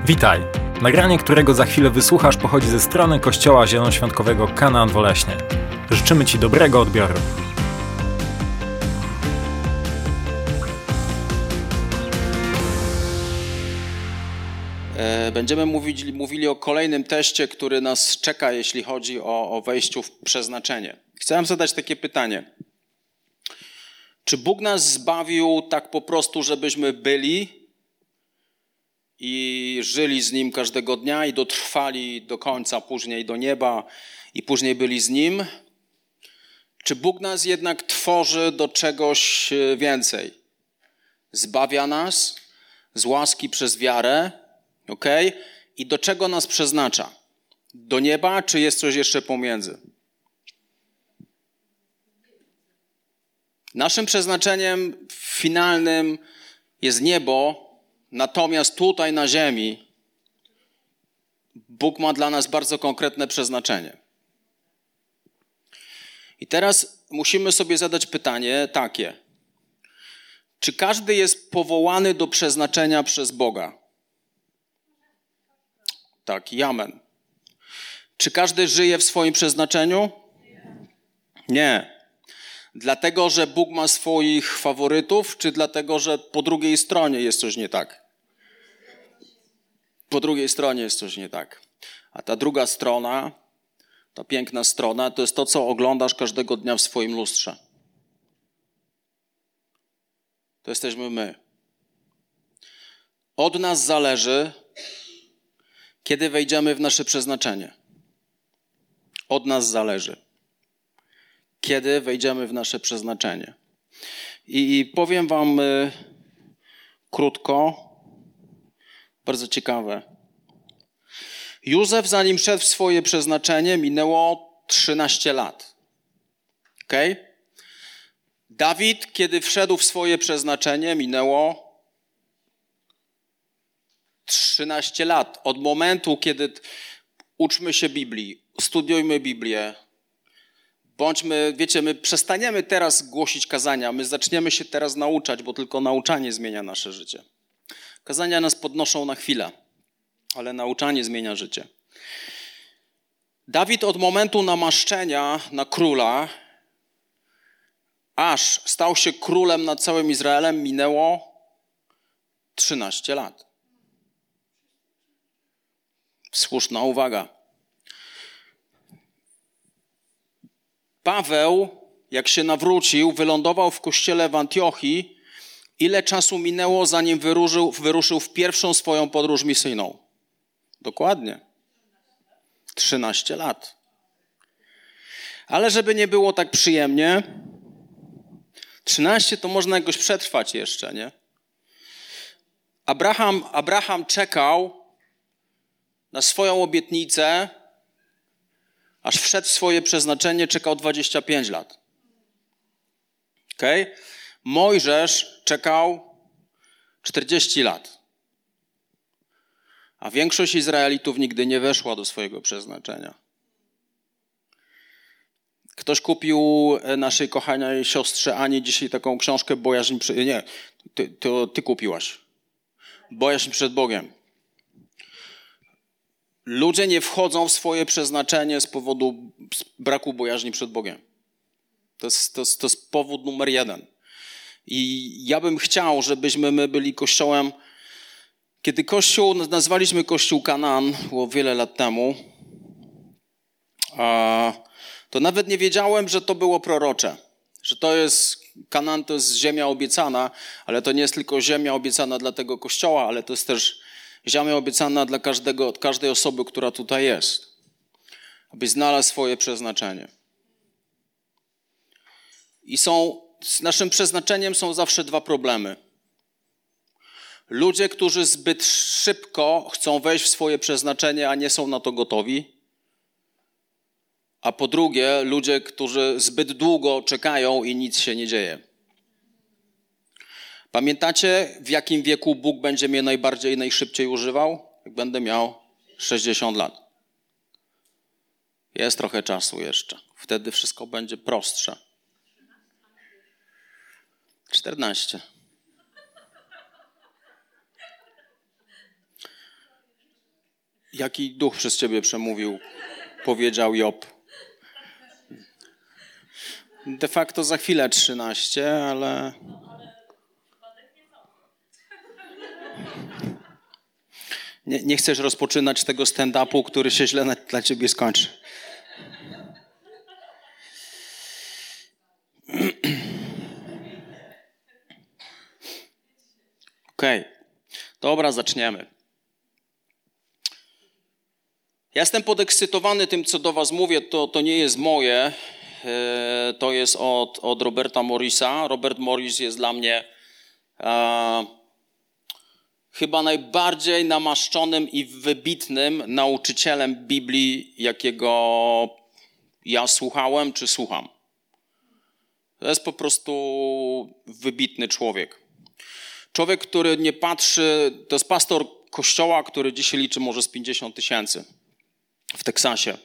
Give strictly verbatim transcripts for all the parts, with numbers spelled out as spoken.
Witaj! Nagranie, którego za chwilę wysłuchasz, pochodzi ze strony Kościoła Zielonoświątkowego Kanaan w Oleśnie. Życzymy Ci dobrego odbioru. Będziemy mówili, mówili o kolejnym teście, który nas czeka, jeśli chodzi o, o wejściu w przeznaczenie. Chciałem zadać takie pytanie. Czy Bóg nas zbawił tak po prostu, żebyśmy byli i żyli z Nim każdego dnia i dotrwali do końca, później do nieba i później byli z Nim? Czy Bóg nas jednak tworzy do czegoś więcej? Zbawia nas z łaski przez wiarę, okej? I do czego nas przeznacza? Do nieba, czy jest coś jeszcze pomiędzy? Naszym przeznaczeniem finalnym jest niebo, natomiast tutaj na ziemi Bóg ma dla nas bardzo konkretne przeznaczenie. I teraz musimy sobie zadać pytanie takie. Czy każdy jest powołany do przeznaczenia przez Boga? Tak, i amen. Czy każdy żyje w swoim przeznaczeniu? Nie. Dlatego, że Bóg ma swoich faworytów, czy dlatego, że po drugiej stronie jest coś nie tak? Po drugiej stronie jest coś nie tak. A ta druga strona, ta piękna strona, to jest to, co oglądasz każdego dnia w swoim lustrze. To jesteśmy my. Od nas zależy, kiedy wejdziemy w nasze przeznaczenie. Od nas zależy. Kiedy wejdziemy w nasze przeznaczenie. I, i powiem wam y, krótko, bardzo ciekawe. Józef, zanim szedł w swoje przeznaczenie, minęło trzynaście lat. Okej? Dawid, kiedy wszedł w swoje przeznaczenie, minęło trzynaście lat. Od momentu, kiedy uczmy się Biblii, studiujmy Biblię, bądźmy, wiecie, my przestaniemy teraz głosić kazania, my zaczniemy się teraz nauczać, bo tylko nauczanie zmienia nasze życie. Kazania nas podnoszą na chwilę, ale nauczanie zmienia życie. Dawid od momentu namaszczenia na króla, aż stał się królem nad całym Izraelem, minęło trzynaście lat. Słuszna uwaga. Paweł, jak się nawrócił, wylądował w kościele w Antiochii. Ile czasu minęło, zanim wyruszył, wyruszył w pierwszą swoją podróż misyjną? Dokładnie. trzynaście lat. Ale żeby nie było tak przyjemnie, trzynaście to można jakoś przetrwać jeszcze, nie? Abraham, Abraham czekał na swoją obietnicę, aż wszedł w swoje przeznaczenie, czekał dwadzieścia pięć lat. Okay? Mojżesz czekał czterdzieści lat. A większość Izraelitów nigdy nie weszła do swojego przeznaczenia. Ktoś kupił naszej kochanej siostrze Ani dzisiaj taką książkę Bojaźń przed... Nie, ty, to ty kupiłaś. Bojaźń przed Bogiem. Ludzie nie wchodzą w swoje przeznaczenie z powodu braku bojaźni przed Bogiem. To jest, to jest, to jest powód numer jeden. I ja bym chciał, żebyśmy my byli kościołem. Kiedy kościół, nazwaliśmy kościół Kanaan, było wiele lat temu, to nawet nie wiedziałem, że to było prorocze. Że to jest, Kanaan to jest ziemia obiecana, ale to nie jest tylko ziemia obiecana dla tego kościoła, ale to jest też ziemia obiecana dla każdego, każdej osoby, która tutaj jest, aby znalazł swoje przeznaczenie. I są, z naszym przeznaczeniem są zawsze dwa problemy. Ludzie, którzy zbyt szybko chcą wejść w swoje przeznaczenie, a nie są na to gotowi. A po drugie, ludzie, którzy zbyt długo czekają i nic się nie dzieje. Pamiętacie, w jakim wieku Bóg będzie mnie najbardziej i najszybciej używał? Jak będę miał sześćdziesiąt lat. Jest trochę czasu jeszcze. Wtedy wszystko będzie prostsze. czternaście. Jaki duch przez ciebie przemówił? Powiedział Job. De facto za chwilę trzynaście, ale... Nie, nie chcesz rozpoczynać tego stand-upu, który się źle na, dla ciebie skończy. Okej, okay. Dobra, zaczniemy. Ja jestem podekscytowany tym, co do was mówię. To, to nie jest moje. To jest od, od Roberta Morrisa. Robert Morris jest dla mnie e, chyba najbardziej namaszczonym i wybitnym nauczycielem Biblii, jakiego ja słuchałem czy słucham. To jest po prostu wybitny człowiek. Człowiek, który nie patrzy, to jest pastor kościoła, który dzisiaj liczy może z pięćdziesiąt tysięcy w Teksasie.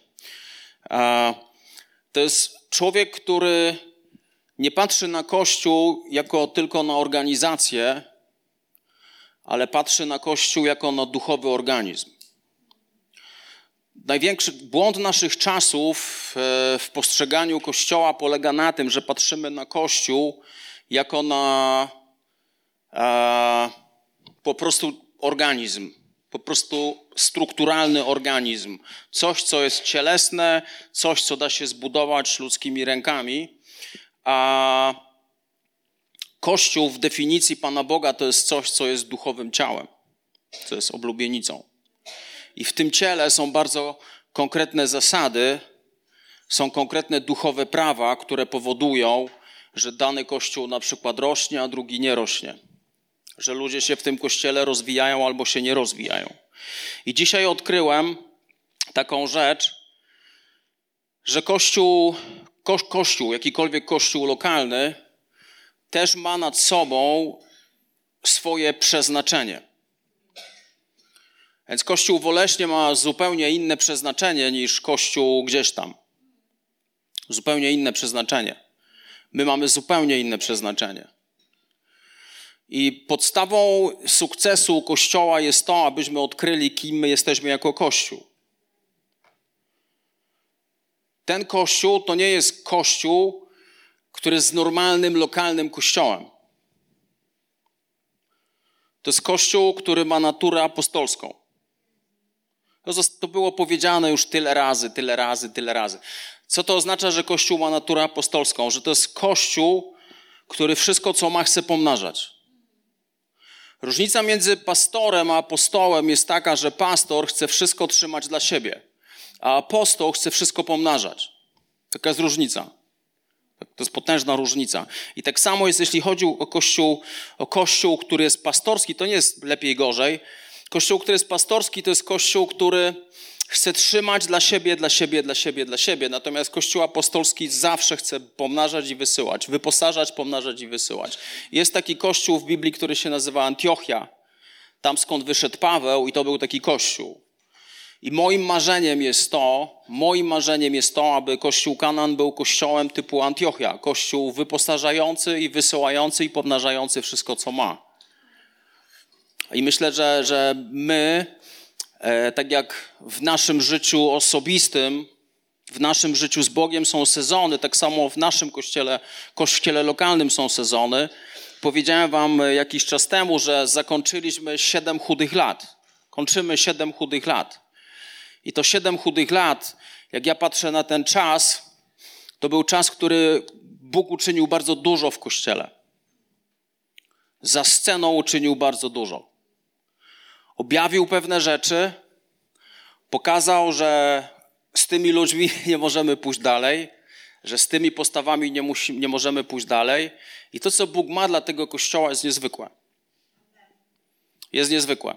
To jest człowiek, który nie patrzy na Kościół jako tylko na organizację, ale patrzy na Kościół jako na duchowy organizm. Największy błąd naszych czasów w postrzeganiu Kościoła polega na tym, że patrzymy na Kościół jako na e, po prostu organizm, po prostu strukturalny organizm. Coś, co jest cielesne, coś, co da się zbudować ludzkimi rękami. A Kościół w definicji Pana Boga to jest coś, co jest duchowym ciałem, co jest oblubienicą. I w tym ciele są bardzo konkretne zasady, są konkretne duchowe prawa, które powodują, że dany Kościół na przykład rośnie, a drugi nie rośnie. Że ludzie się w tym Kościele rozwijają albo się nie rozwijają. I dzisiaj odkryłem taką rzecz, że Kościół, ko- Kościół, jakikolwiek Kościół lokalny, też ma nad sobą swoje przeznaczenie. Więc Kościół w Oleśnie ma zupełnie inne przeznaczenie niż Kościół gdzieś tam. Zupełnie inne przeznaczenie. My mamy zupełnie inne przeznaczenie. I podstawą sukcesu Kościoła jest to, abyśmy odkryli, kim my jesteśmy jako Kościół. Ten Kościół to nie jest Kościół, który jest normalnym, lokalnym kościołem. To jest Kościół, który ma naturę apostolską. To było powiedziane już tyle razy, tyle razy, tyle razy. Co to oznacza, że Kościół ma naturę apostolską? Że to jest Kościół, który wszystko, co ma, chce pomnażać. Różnica między pastorem a apostołem jest taka, że pastor chce wszystko trzymać dla siebie, a apostoł chce wszystko pomnażać. Taka jest różnica. To jest potężna różnica. I tak samo jest, jeśli chodzi o kościół, o kościół, który jest pastorski, to nie jest lepiej, gorzej. Kościół, który jest pastorski, to jest kościół, który chce trzymać dla siebie, dla siebie, dla siebie, dla siebie. Natomiast Kościół apostolski zawsze chce pomnażać i wysyłać. Wyposażać, pomnażać i wysyłać. Jest taki kościół w Biblii, który się nazywa Antiochia. Tam skąd wyszedł Paweł i to był taki kościół. I moim marzeniem jest to, moim marzeniem jest to, aby Kościół Kanaan był kościołem typu Antiochia. Kościół wyposażający i wysyłający i pomnażający wszystko, co ma. I myślę, że, że my, e, tak jak w naszym życiu osobistym, w naszym życiu z Bogiem są sezony, tak samo w naszym kościele, kościele lokalnym są sezony. Powiedziałem wam jakiś czas temu, że zakończyliśmy siedem chudych lat. Kończymy siedem chudych lat. I to siedem chudych lat, jak ja patrzę na ten czas, to był czas, który Bóg uczynił bardzo dużo w Kościele. Za sceną uczynił bardzo dużo. Objawił pewne rzeczy, pokazał, że z tymi ludźmi nie możemy pójść dalej, że z tymi postawami nie, musi, nie możemy pójść dalej. I to, co Bóg ma dla tego Kościoła, jest niezwykłe. Jest niezwykłe.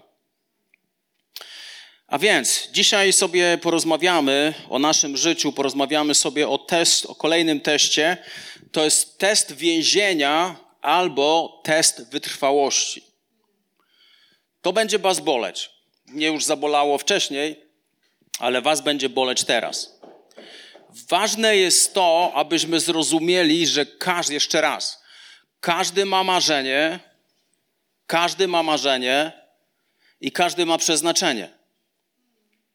A więc dzisiaj sobie porozmawiamy o naszym życiu, porozmawiamy sobie o test, o kolejnym teście. To jest test więzienia albo test wytrwałości. To będzie was boleć. Mnie już zabolało wcześniej, ale was będzie boleć teraz. Ważne jest to, abyśmy zrozumieli, że każdy, jeszcze raz, każdy ma marzenie, każdy ma marzenie i każdy ma przeznaczenie.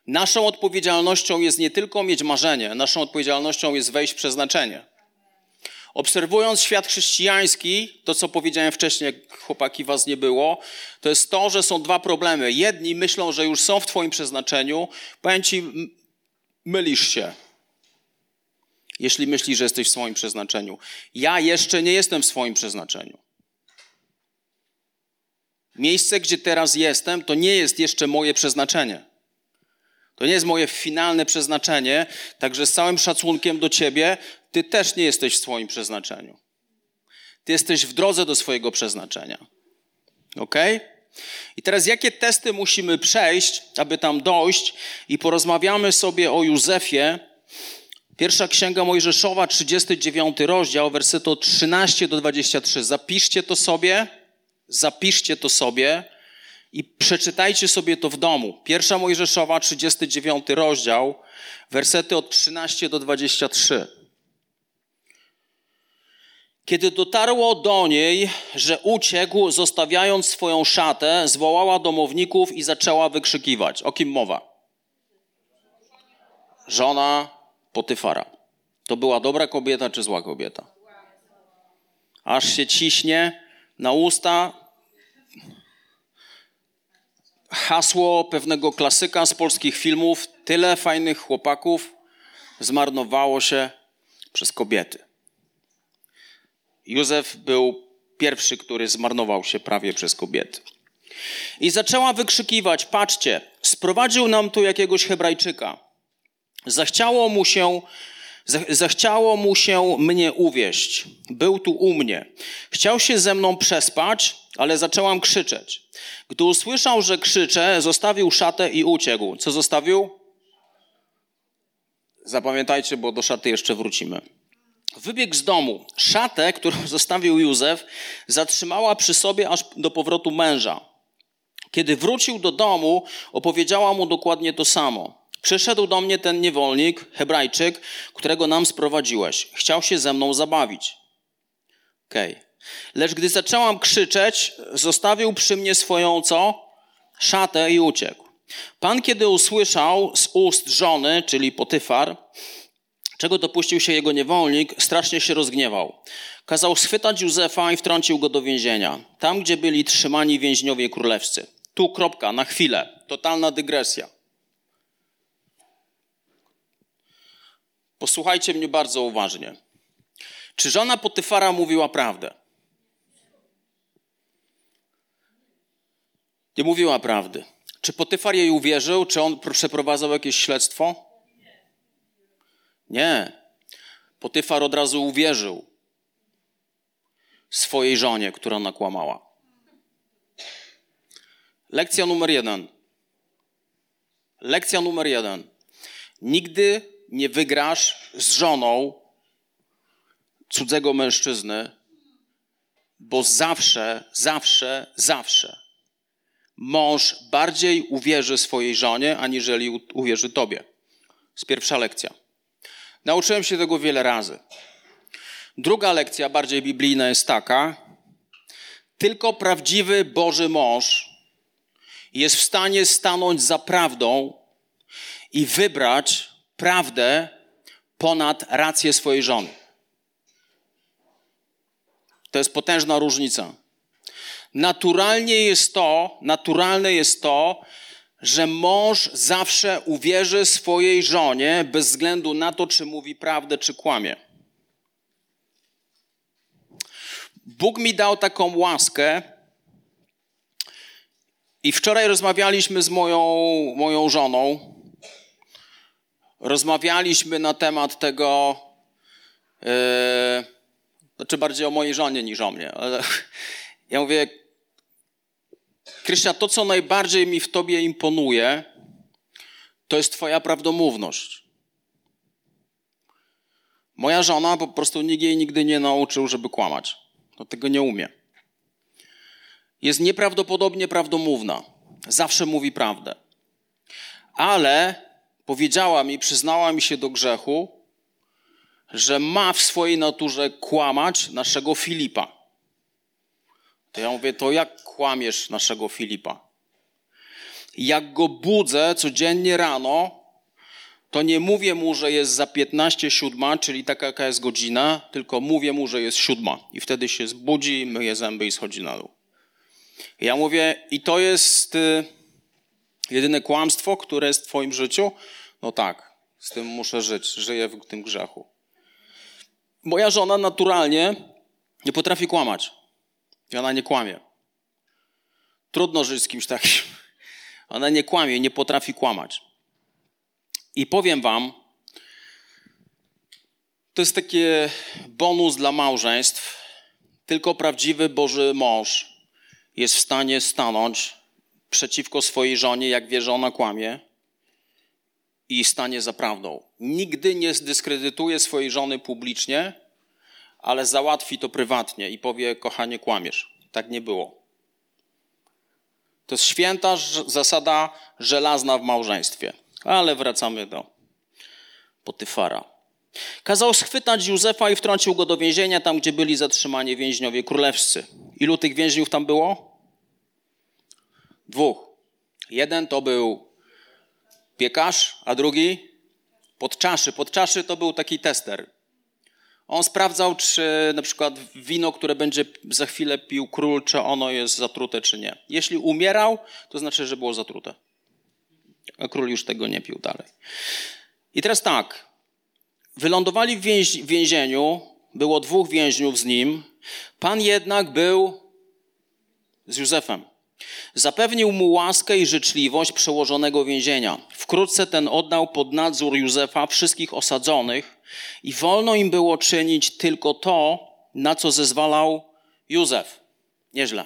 Naszą odpowiedzialnością jest nie tylko mieć marzenie, naszą odpowiedzialnością jest wejść w przeznaczenie. Obserwując świat chrześcijański, to co powiedziałem wcześniej, jak chłopaki was nie było, to jest to, że są dwa problemy. Jedni myślą, że już są w twoim przeznaczeniu. Powiem ci, mylisz się, jeśli myślisz, że jesteś w swoim przeznaczeniu. Ja jeszcze nie jestem w swoim przeznaczeniu. Miejsce, gdzie teraz jestem, to nie jest jeszcze moje przeznaczenie. To nie jest moje finalne przeznaczenie, także z całym szacunkiem do ciebie, ty też nie jesteś w swoim przeznaczeniu. Ty jesteś w drodze do swojego przeznaczenia. Okej? I teraz jakie testy musimy przejść, aby tam dojść? I porozmawiamy sobie o Józefie. Pierwsza Księga Mojżeszowa, trzydziesty dziewiąty rozdział, wersety od trzynaście do dwudziestego trzeciego. Zapiszcie to sobie, zapiszcie to sobie i przeczytajcie sobie to w domu. Pierwsza Mojżeszowa, trzydziesty dziewiąty rozdział, wersety od trzynaście do dwudziestego trzeciego. Kiedy dotarło do niej, że uciekł, zostawiając swoją szatę, zwołała domowników i zaczęła wykrzykiwać. O kim mowa? Żona Potyfara. To była dobra kobieta czy zła kobieta? Aż się ciśnie na usta hasło pewnego klasyka z polskich filmów. Tyle fajnych chłopaków zmarnowało się przez kobiety. Józef był pierwszy, który zmarnował się prawie przez kobiety. I zaczęła wykrzykiwać, patrzcie, sprowadził nam tu jakiegoś Hebrajczyka. Zachciało mu się, zachciało mu się mnie uwieść. Był tu u mnie. Chciał się ze mną przespać, ale zaczęłam krzyczeć. Gdy usłyszał, że krzyczę, zostawił szatę i uciekł. Co zostawił? Zapamiętajcie, bo do szaty jeszcze wrócimy. Wybiegł z domu. Szatę, którą zostawił Józef, zatrzymała przy sobie aż do powrotu męża. Kiedy wrócił do domu, opowiedziała mu dokładnie to samo. Przyszedł do mnie ten niewolnik, Hebrajczyk, którego nam sprowadziłeś. Chciał się ze mną zabawić. Okej. Okay. Lecz gdy zaczęłam krzyczeć, zostawił przy mnie swoją co? Szatę i uciekł. Pan, kiedy usłyszał z ust żony, czyli Potyfar, czego dopuścił się jego niewolnik, strasznie się rozgniewał. Kazał schwytać Józefa i wtrącił go do więzienia. Tam, gdzie byli trzymani więźniowie królewscy. Tu kropka, na chwilę. Totalna dygresja. Posłuchajcie mnie bardzo uważnie. Czy żona Potyfara mówiła prawdę? Nie mówiła prawdy. Czy Potyfar jej uwierzył? Czy on przeprowadzał jakieś śledztwo? Nie. Potyfar od razu uwierzył swojej żonie, która nakłamała. Lekcja numer jeden. Lekcja numer jeden. Nigdy nie wygrasz z żoną cudzego mężczyzny, bo zawsze, zawsze, zawsze mąż bardziej uwierzy swojej żonie, aniżeli uwierzy tobie. To jest pierwsza lekcja. Nauczyłem się tego wiele razy. Druga lekcja, bardziej biblijna, jest taka. Tylko prawdziwy Boży mąż jest w stanie stanąć za prawdą i wybrać prawdę ponad rację swojej żony. To jest potężna różnica. Naturalnie jest to, naturalne jest to, że mąż zawsze uwierzy swojej żonie bez względu na to, czy mówi prawdę, czy kłamie. Bóg mi dał taką łaskę i wczoraj rozmawialiśmy z moją, moją żoną. Rozmawialiśmy na temat tego, yy, znaczy bardziej o mojej żonie niż o mnie. Ale ja mówię, Krysia, to co najbardziej mi w tobie imponuje, to jest twoja prawdomówność. Moja żona po prostu nikt jej nigdy nie nauczył, żeby kłamać. To tego nie umie. Jest nieprawdopodobnie prawdomówna. Zawsze mówi prawdę. Ale powiedziała mi, przyznała mi się do grzechu, że ma w swojej naturze kłamać naszego Filipa. To ja mówię, to jak kłamiesz naszego Filipa? Jak go budzę codziennie rano, to nie mówię mu, że jest za piętnaście siódma, czyli taka jaka jest godzina, tylko mówię mu, że jest siódma. I wtedy się zbudzi, myje zęby i schodzi na dół. Ja mówię, i to jest y, jedyne kłamstwo, które jest w twoim życiu? No tak, z tym muszę żyć, żyję w tym grzechu. Moja żona naturalnie nie potrafi kłamać. I ona nie kłamie. Trudno żyć z kimś takim. Ona nie kłamie, nie potrafi kłamać. I powiem wam, to jest taki bonus dla małżeństw. Tylko prawdziwy Boży mąż jest w stanie stanąć przeciwko swojej żonie, jak wie, że ona kłamie, i stanie za prawdą. Nigdy nie zdyskredytuje swojej żony publicznie, ale załatwi to prywatnie i powie, kochanie, kłamiesz. Tak nie było. To jest święta zasada żelazna w małżeństwie. Ale wracamy do Potyfara. Kazał schwytać Józefa i wtrącił go do więzienia, tam gdzie byli zatrzymani więźniowie królewscy. Ilu tych więźniów tam było? Dwóch. Jeden to był piekarz, a drugi podczaszy. Podczaszy to był taki tester. On sprawdzał, czy na przykład wino, które będzie za chwilę pił król, czy ono jest zatrute, czy nie. Jeśli umierał, to znaczy, że było zatrute. A król już tego nie pił dalej. I teraz tak. Wylądowali w więzi- więzieniu. Było dwóch więźniów z nim. Pan jednak był z Józefem. Zapewnił mu łaskę i życzliwość przełożonego więzienia. Wkrótce ten oddał pod nadzór Józefa wszystkich osadzonych i wolno im było czynić tylko to, na co zezwalał Józef. Nieźle.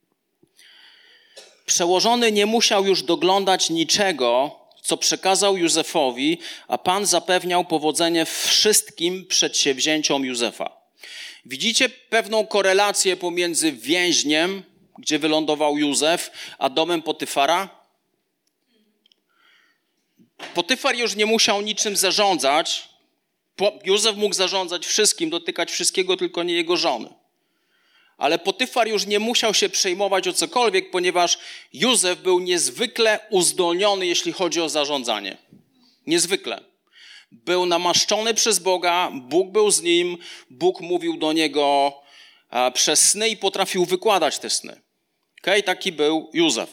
Przełożony nie musiał już doglądać niczego, co przekazał Józefowi, a Pan zapewniał powodzenie wszystkim przedsięwzięciom Józefa. Widzicie pewną korelację pomiędzy więźniem, gdzie wylądował Józef, a domem Potyfara? Potyfar już nie musiał niczym zarządzać. Józef mógł zarządzać wszystkim, dotykać wszystkiego, tylko nie jego żony. Ale Potyfar już nie musiał się przejmować o cokolwiek, ponieważ Józef był niezwykle uzdolniony, jeśli chodzi o zarządzanie. Niezwykle. Był namaszczony przez Boga, Bóg był z nim, Bóg mówił do niego przez sny i potrafił wykładać te sny. Okay? Taki był Józef.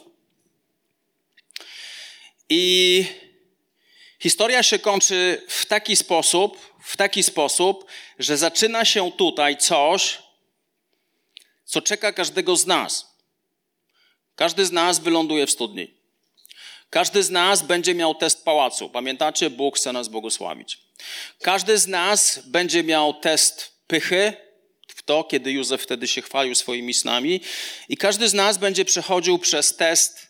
I historia się kończy w taki sposób, w taki sposób, że zaczyna się tutaj coś, co czeka każdego z nas. Każdy z nas wyląduje w studni. Każdy z nas będzie miał test pałacu. Pamiętacie? Bóg chce nas błogosławić. Każdy z nas będzie miał test pychy, w to, kiedy Józef wtedy się chwalił swoimi snami. I każdy z nas będzie przechodził przez test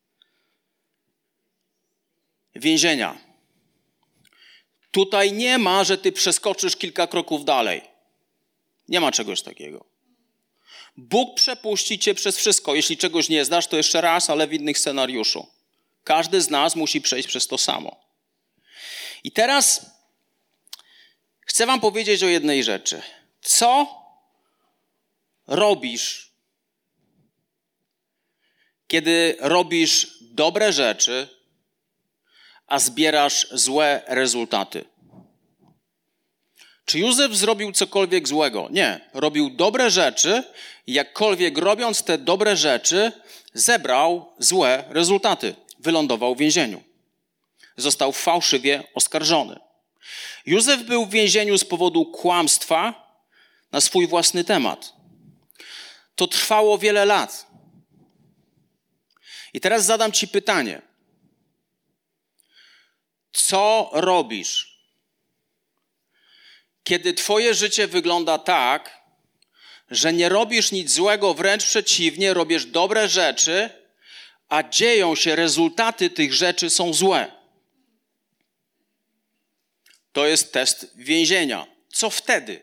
więzienia. Tutaj nie ma, że ty przeskoczysz kilka kroków dalej. Nie ma czegoś takiego. Bóg przepuści cię przez wszystko. Jeśli czegoś nie znasz, to jeszcze raz, ale w innym scenariuszu. Każdy z nas musi przejść przez to samo. I teraz chcę wam powiedzieć o jednej rzeczy. Co robisz, kiedy robisz dobre rzeczy, a zbierasz złe rezultaty? Czy Józef zrobił cokolwiek złego? Nie. Robił dobre rzeczy, jakkolwiek robiąc te dobre rzeczy, zebrał złe rezultaty. Wylądował w więzieniu. Został fałszywie oskarżony. Józef był w więzieniu z powodu kłamstwa na swój własny temat. To trwało wiele lat. I teraz zadam ci pytanie. Co robisz, kiedy twoje życie wygląda tak, że nie robisz nic złego, wręcz przeciwnie, robisz dobre rzeczy, a dzieją się, rezultaty tych rzeczy są złe? To jest test więzienia. Co wtedy?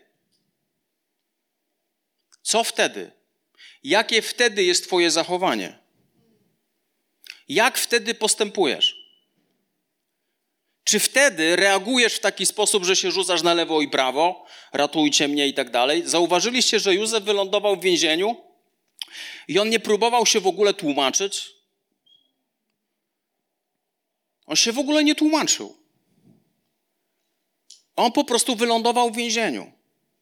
Co wtedy? Jakie wtedy jest twoje zachowanie? Jak wtedy postępujesz? Czy wtedy reagujesz w taki sposób, że się rzucasz na lewo i prawo, ratujcie mnie i tak dalej? Zauważyliście, że Józef wylądował w więzieniu i on nie próbował się w ogóle tłumaczyć? On się w ogóle nie tłumaczył. On po prostu wylądował w więzieniu.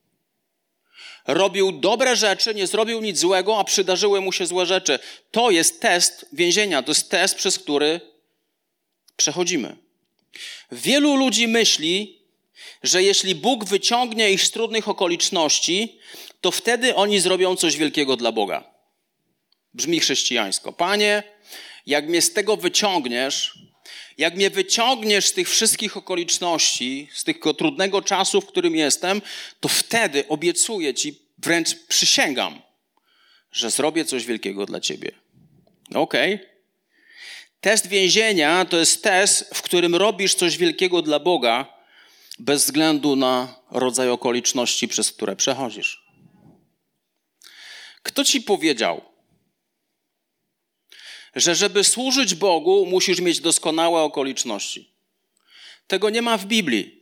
Robił dobre rzeczy, nie zrobił nic złego, a przydarzyły mu się złe rzeczy. To jest test więzienia, to jest test, przez który przechodzimy. Wielu ludzi myśli, że jeśli Bóg wyciągnie ich z trudnych okoliczności, to wtedy oni zrobią coś wielkiego dla Boga. Brzmi chrześcijańsko. Panie, jak mnie z tego wyciągniesz, jak mnie wyciągniesz z tych wszystkich okoliczności, z tego trudnego czasu, w którym jestem, to wtedy obiecuję Ci, wręcz przysięgam, że zrobię coś wielkiego dla Ciebie. Okej. Okay. Test więzienia to jest test, w którym robisz coś wielkiego dla Boga, bez względu na rodzaj okoliczności, przez które przechodzisz. Kto Ci powiedział, że żeby służyć Bogu, musisz mieć doskonałe okoliczności? Tego nie ma w Biblii.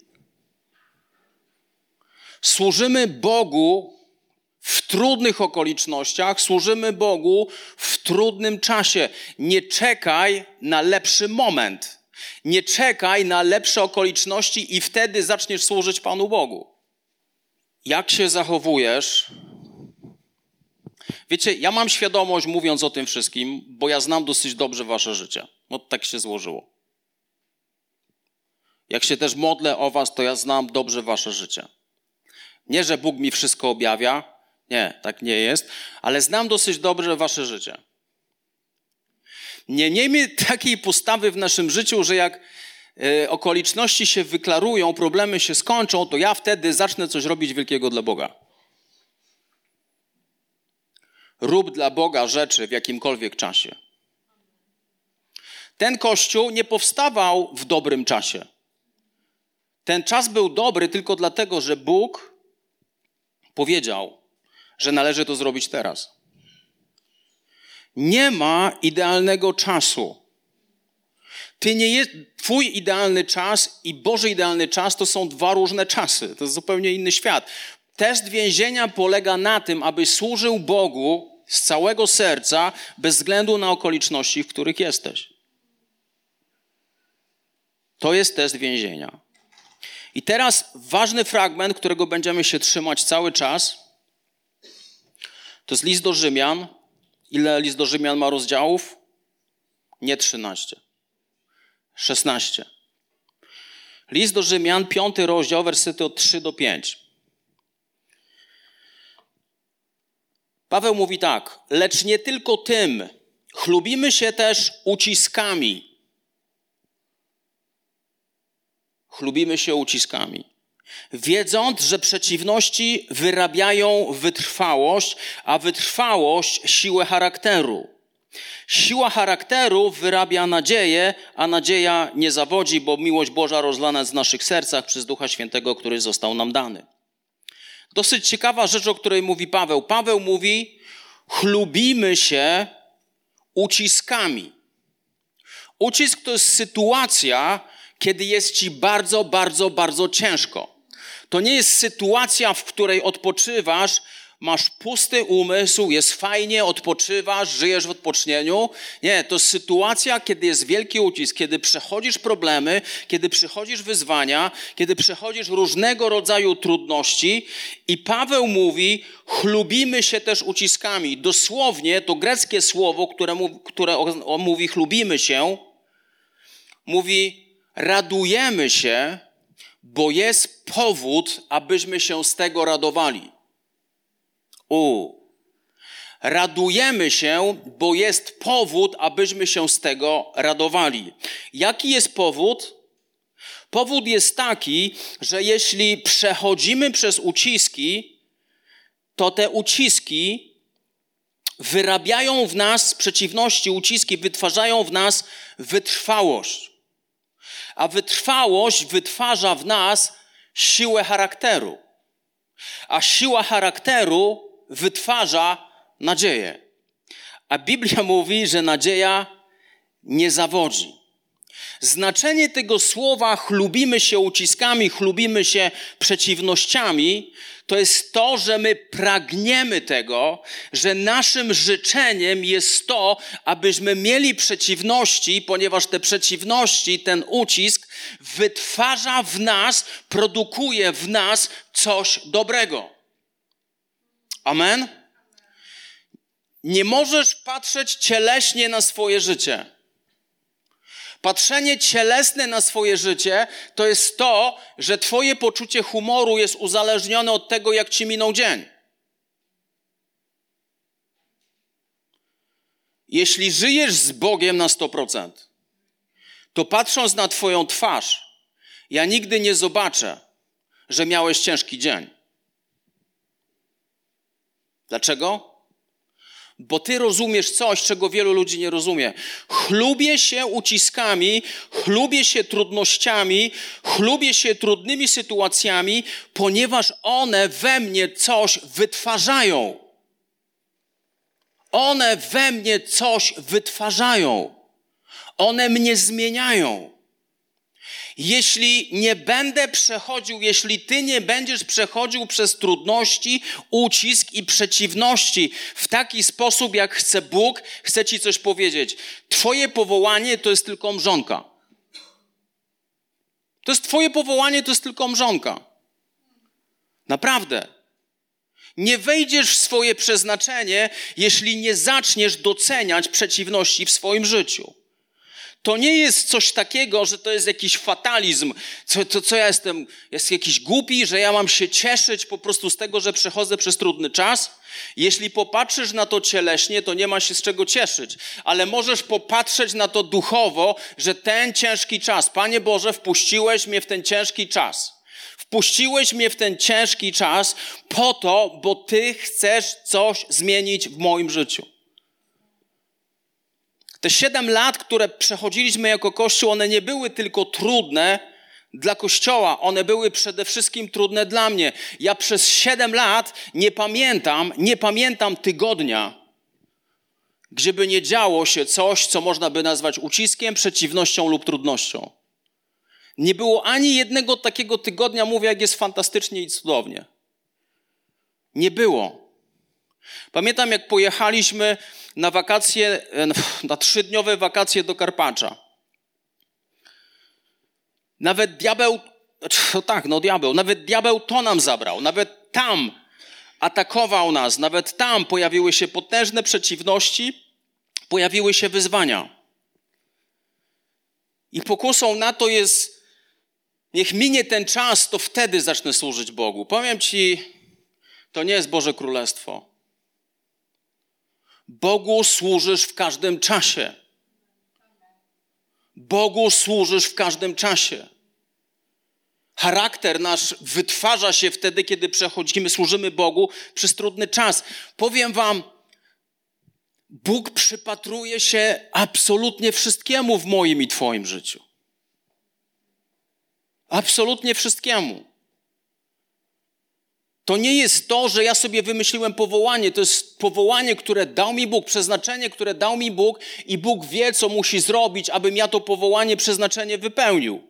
Służymy Bogu w trudnych okolicznościach, służymy Bogu w trudnym czasie. Nie czekaj na lepszy moment. Nie czekaj na lepsze okoliczności i wtedy zaczniesz służyć Panu Bogu. Jak się zachowujesz? Wiecie, ja mam świadomość, mówiąc o tym wszystkim, bo ja znam dosyć dobrze wasze życie. No tak się złożyło. Jak się też modlę o was, to ja znam dobrze wasze życie. Nie, że Bóg mi wszystko objawia. Nie, tak nie jest. Ale znam dosyć dobrze wasze życie. Nie miejmy takiej postawy w naszym życiu, że jak y, okoliczności się wyklarują, problemy się skończą, to ja wtedy zacznę coś robić wielkiego dla Boga. Rób dla Boga rzeczy w jakimkolwiek czasie. Ten Kościół nie powstawał w dobrym czasie. Ten czas był dobry tylko dlatego, że Bóg powiedział, że należy to zrobić teraz. Nie ma idealnego czasu. Ty nie jest, twój idealny czas i Boży idealny czas to są dwa różne czasy. To jest zupełnie inny świat. Test więzienia polega na tym, abyś służył Bogu z całego serca, bez względu na okoliczności, w których jesteś. To jest test więzienia. I teraz ważny fragment, którego będziemy się trzymać cały czas, to jest list do Rzymian. Ile list do Rzymian ma rozdziałów? Nie trzynaście. szesnaście. List do Rzymian, piąty rozdział, wersety od trzy do pięć. Paweł mówi tak, lecz nie tylko tym, chlubimy się też uciskami. Chlubimy się uciskami. Wiedząc, że przeciwności wyrabiają wytrwałość, a wytrwałość siłę charakteru. Siła charakteru wyrabia nadzieję, a nadzieja nie zawodzi, bo miłość Boża rozlana jest w naszych sercach przez Ducha Świętego, który został nam dany. Dosyć ciekawa rzecz, o której mówi Paweł. Paweł mówi, chlubimy się uciskami. Ucisk to jest sytuacja, kiedy jest ci bardzo, bardzo, bardzo ciężko. To nie jest sytuacja, w której odpoczywasz, masz pusty umysł, jest fajnie, odpoczywasz, żyjesz w odpocznieniu. Nie, to jest sytuacja, kiedy jest wielki ucisk, kiedy przechodzisz problemy, kiedy przechodzisz wyzwania, kiedy przechodzisz różnego rodzaju trudności i Paweł mówi, chlubimy się też uciskami. Dosłownie to greckie słowo, które, mu, które on mówi chlubimy się, mówi radujemy się, bo jest powód, abyśmy się z tego radowali. U. Radujemy się, bo jest powód, abyśmy się z tego radowali. Jaki jest powód? Powód jest taki, że jeśli przechodzimy przez uciski, to te uciski wyrabiają w nas, z przeciwności uciski wytwarzają w nas wytrwałość. A wytrwałość wytwarza w nas siłę charakteru. A siła charakteru wytwarza nadzieję. A Biblia mówi, że nadzieja nie zawodzi. Znaczenie tego słowa chlubimy się uciskami, chlubimy się przeciwnościami, to jest to, że my pragniemy tego, że naszym życzeniem jest to, abyśmy mieli przeciwności, ponieważ te przeciwności, ten ucisk wytwarza w nas, produkuje w nas coś dobrego. Amen? Nie możesz patrzeć cieleśnie na swoje życie. Patrzenie cielesne na swoje życie to jest to, że twoje poczucie humoru jest uzależnione od tego, jak ci minął dzień. Jeśli żyjesz z Bogiem na sto procent, to patrząc na twoją twarz, ja nigdy nie zobaczę, że miałeś ciężki dzień. Dlaczego? Bo ty rozumiesz coś, czego wielu ludzi nie rozumie. Chlubię się uciskami, chlubię się trudnościami, chlubię się trudnymi sytuacjami, ponieważ one we mnie coś wytwarzają. One we mnie coś wytwarzają. One mnie zmieniają. Jeśli nie będę przechodził, jeśli ty nie będziesz przechodził przez trudności, ucisk i przeciwności w taki sposób, jak chce Bóg, chcę ci coś powiedzieć. Twoje powołanie to jest tylko mrzonka. To jest twoje powołanie, to jest tylko mrzonka. Naprawdę. Nie wejdziesz w swoje przeznaczenie, jeśli nie zaczniesz doceniać przeciwności w swoim życiu. To nie jest coś takiego, że to jest jakiś fatalizm, co, to, co ja jestem, jest jakiś głupi, że ja mam się cieszyć po prostu z tego, że przechodzę przez trudny czas. Jeśli popatrzysz na to cieleśnie, to nie ma się z czego cieszyć, ale możesz popatrzeć na to duchowo, że ten ciężki czas, Panie Boże, wpuściłeś mnie w ten ciężki czas. Wpuściłeś mnie w ten ciężki czas po to, bo Ty chcesz coś zmienić w moim życiu. Te siedem lat, które przechodziliśmy jako Kościół, one nie były tylko trudne dla Kościoła, one były przede wszystkim trudne dla mnie. Ja przez siedem lat nie pamiętam, nie pamiętam tygodnia, gdzieby nie działo się coś, co można by nazwać uciskiem, przeciwnością lub trudnością. Nie było ani jednego takiego tygodnia, mówię, jak jest fantastycznie i cudownie. Nie było. Pamiętam, jak pojechaliśmy na wakacje, na trzydniowe wakacje do Karpacza. Nawet diabeł, no tak, no diabeł, nawet diabeł to nam zabrał, nawet tam atakował nas, nawet tam pojawiły się potężne przeciwności, pojawiły się wyzwania. I pokusą na to jest, niech minie ten czas, to wtedy zacznę służyć Bogu. Powiem ci, to nie jest Boże Królestwo. Bogu służysz w każdym czasie. Bogu służysz w każdym czasie. Charakter nasz wytwarza się wtedy, kiedy przechodzimy, służymy Bogu przez trudny czas. Powiem wam, Bóg przypatruje się absolutnie wszystkiemu w moim i twoim życiu. Absolutnie wszystkiemu. To nie jest to, że ja sobie wymyśliłem powołanie. To jest powołanie, które dał mi Bóg, przeznaczenie, które dał mi Bóg i Bóg wie, co musi zrobić, abym ja to powołanie, przeznaczenie wypełnił.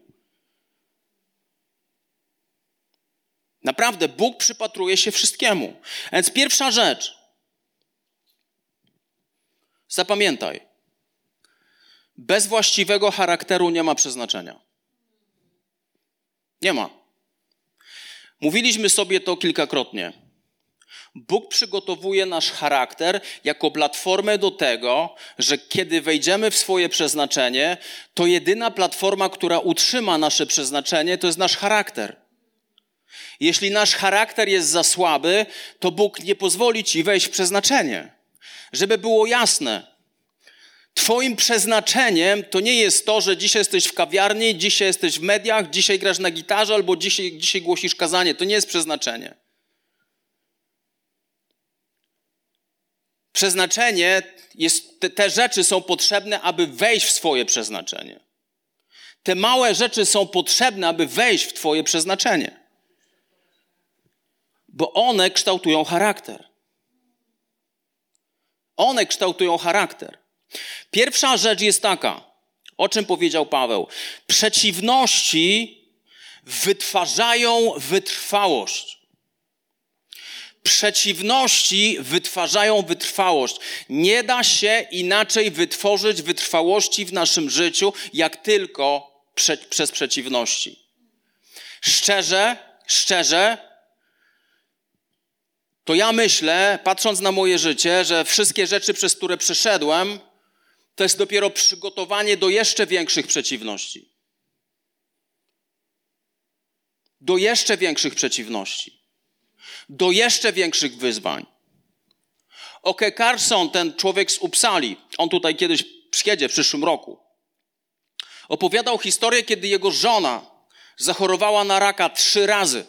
Naprawdę, Bóg przypatruje się wszystkiemu. A więc pierwsza rzecz. Zapamiętaj. Bez właściwego charakteru nie ma przeznaczenia. Nie ma. Mówiliśmy sobie to kilkakrotnie. Bóg przygotowuje nasz charakter jako platformę do tego, że kiedy wejdziemy w swoje przeznaczenie, to jedyna platforma, która utrzyma nasze przeznaczenie, to jest nasz charakter. Jeśli nasz charakter jest za słaby, to Bóg nie pozwoli ci wejść w przeznaczenie. Żeby było jasne, twoim przeznaczeniem to nie jest to, że dzisiaj jesteś w kawiarni, dzisiaj jesteś w mediach, dzisiaj grasz na gitarze albo dzisiaj, dzisiaj głosisz kazanie. To nie jest przeznaczenie. Przeznaczenie jest, te, te rzeczy są potrzebne, aby wejść w swoje przeznaczenie. Te małe rzeczy są potrzebne, aby wejść w twoje przeznaczenie. Bo one kształtują charakter. One kształtują charakter. Pierwsza rzecz jest taka. O czym powiedział Paweł? Przeciwności wytwarzają wytrwałość. Przeciwności wytwarzają wytrwałość. Nie da się inaczej wytworzyć wytrwałości w naszym życiu, jak tylko prze, przez przeciwności. Szczerze, szczerze, to ja myślę, patrząc na moje życie, że wszystkie rzeczy, przez które przeszedłem, to jest dopiero przygotowanie do jeszcze większych przeciwności. Do jeszcze większych przeciwności. Do jeszcze większych wyzwań. O K. Carson, ten człowiek z Uppsali, on tutaj kiedyś przyjedzie w przyszłym roku, opowiadał historię, kiedy jego żona zachorowała na raka trzy razy.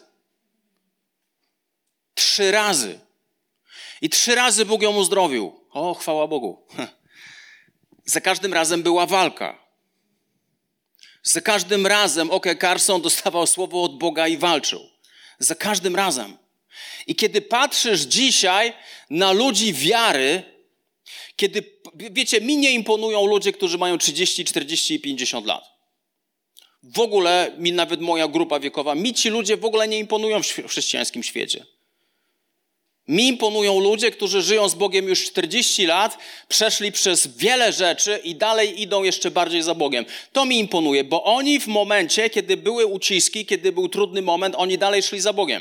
Trzy razy. I trzy razy Bóg ją uzdrowił. O, chwała Bogu. Za każdym razem była walka. Za każdym razem O K. Carson dostawał słowo od Boga i walczył. Za każdym razem. I kiedy patrzysz dzisiaj na ludzi wiary, kiedy, wiecie, mi nie imponują ludzie, którzy mają trzydzieści, czterdzieści i pięćdziesiąt lat. W ogóle, mi nawet moja grupa wiekowa, mi ci ludzie w ogóle nie imponują w chrześcijańskim świecie. Mi imponują ludzie, którzy żyją z Bogiem już czterdzieści lat, przeszli przez wiele rzeczy i dalej idą jeszcze bardziej za Bogiem. To mi imponuje, bo oni w momencie, kiedy były uciski, kiedy był trudny moment, oni dalej szli za Bogiem.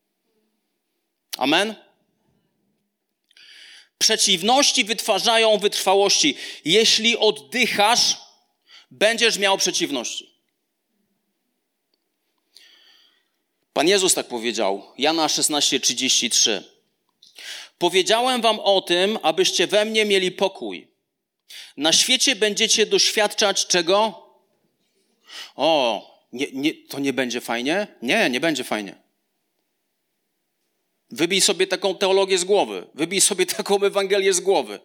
Amen? Przeciwności wytwarzają wytrwałości. Jeśli oddychasz, będziesz miał przeciwności. Pan Jezus tak powiedział, Jana szesnaście trzydzieści trzy. Powiedziałem wam o tym, abyście we mnie mieli pokój. Na świecie będziecie doświadczać czego? O, nie, nie, to nie będzie fajnie? Nie, nie będzie fajnie. Wybij sobie taką teologię z głowy. Wybij sobie taką Ewangelię z głowy.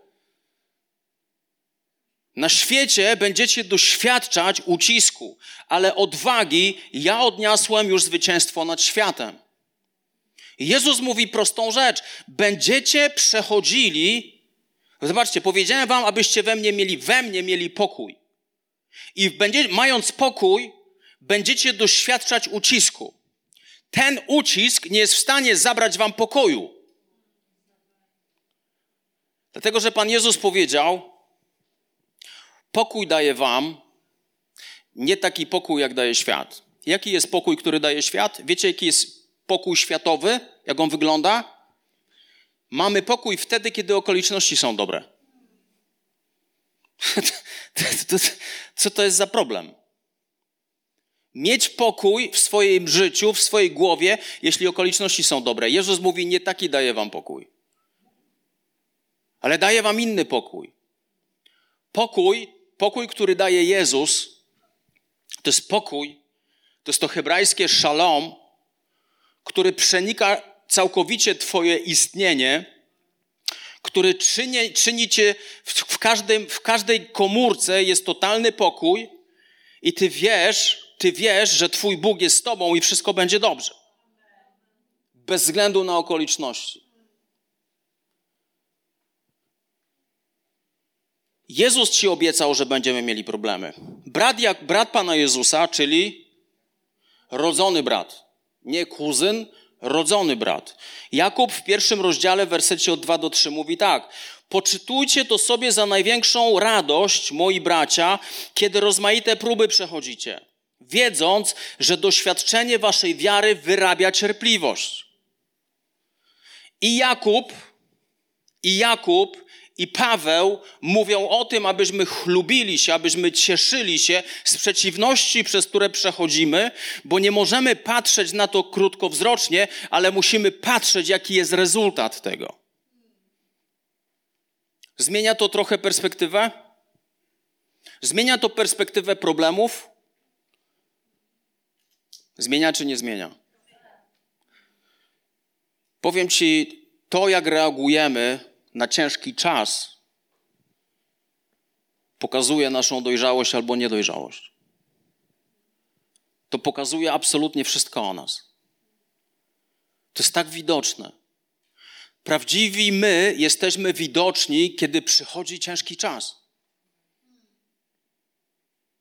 Na świecie będziecie doświadczać ucisku, ale odwagi ja odniosłem już zwycięstwo nad światem. Jezus mówi prostą rzecz. Będziecie przechodzili, zobaczcie, powiedziałem wam, abyście we mnie mieli, we mnie mieli pokój. I będzie, mając pokój, będziecie doświadczać ucisku. Ten ucisk nie jest w stanie zabrać wam pokoju. Dlatego, że Pan Jezus powiedział, pokój daję wam, nie taki pokój, jak daje świat. Jaki jest pokój, który daje świat? Wiecie, jaki jest pokój światowy? Jak on wygląda? Mamy pokój wtedy, kiedy okoliczności są dobre. Co to jest za problem? Mieć pokój w swoim życiu, w swojej głowie, jeśli okoliczności są dobre. Jezus mówi, nie taki daję wam pokój. Ale daję wam inny pokój. Pokój, pokój, który daje Jezus, to jest pokój, to jest to hebrajskie szalom, który przenika całkowicie twoje istnienie, który czyni, czyni cię w, w, każdym, w każdej komórce jest totalny pokój i ty wiesz, ty wiesz, że twój Bóg jest z tobą i wszystko będzie dobrze. Bez względu na okoliczności. Jezus ci obiecał, że będziemy mieli problemy. Brat, jak, brat Pana Jezusa, czyli rodzony brat. Nie kuzyn, rodzony brat. Jakub w pierwszym rozdziale w wersecie od dwa do trzech mówi tak. Poczytujcie to sobie za największą radość, moi bracia, kiedy rozmaite próby przechodzicie, wiedząc, że doświadczenie waszej wiary wyrabia cierpliwość. I Jakub, i Jakub, i Paweł mówią o tym, abyśmy chlubili się, abyśmy cieszyli się z przeciwności, przez które przechodzimy, bo nie możemy patrzeć na to krótkowzrocznie, ale musimy patrzeć, jaki jest rezultat tego. Zmienia to trochę perspektywę? Zmienia to perspektywę problemów? Zmienia czy nie zmienia? Powiem ci, to jak reagujemy na ciężki czas pokazuje naszą dojrzałość albo niedojrzałość. To pokazuje absolutnie wszystko o nas. To jest tak widoczne. Prawdziwi my jesteśmy widoczni, kiedy przychodzi ciężki czas.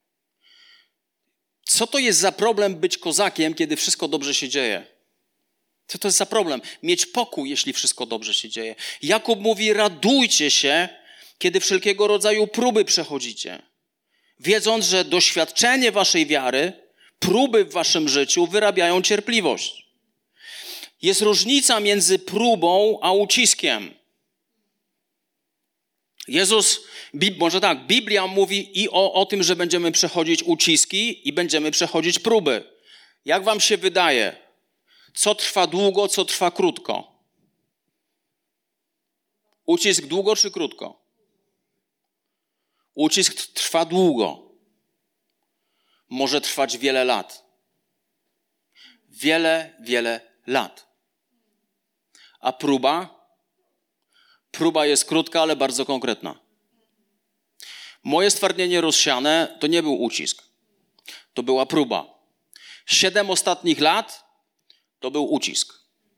Co to jest za problem być kozakiem, kiedy wszystko dobrze się dzieje? Co to jest za problem? Mieć pokój, jeśli wszystko dobrze się dzieje. Jakub mówi, radujcie się, kiedy wszelkiego rodzaju próby przechodzicie, wiedząc, że doświadczenie waszej wiary, próby w waszym życiu wyrabiają cierpliwość. Jest różnica między próbą a uciskiem. Jezus, może tak, Biblia mówi i o, o tym, że będziemy przechodzić uciski i będziemy przechodzić próby. Jak wam się wydaje, co trwa długo, co trwa krótko? Ucisk długo czy krótko? Ucisk trwa długo. Może trwać wiele lat. Wiele, wiele lat. A próba? Próba jest krótka, ale bardzo konkretna. Moje stwardnienie rozsiane to nie był ucisk. To była próba. Siedem ostatnich lat to był ucisk.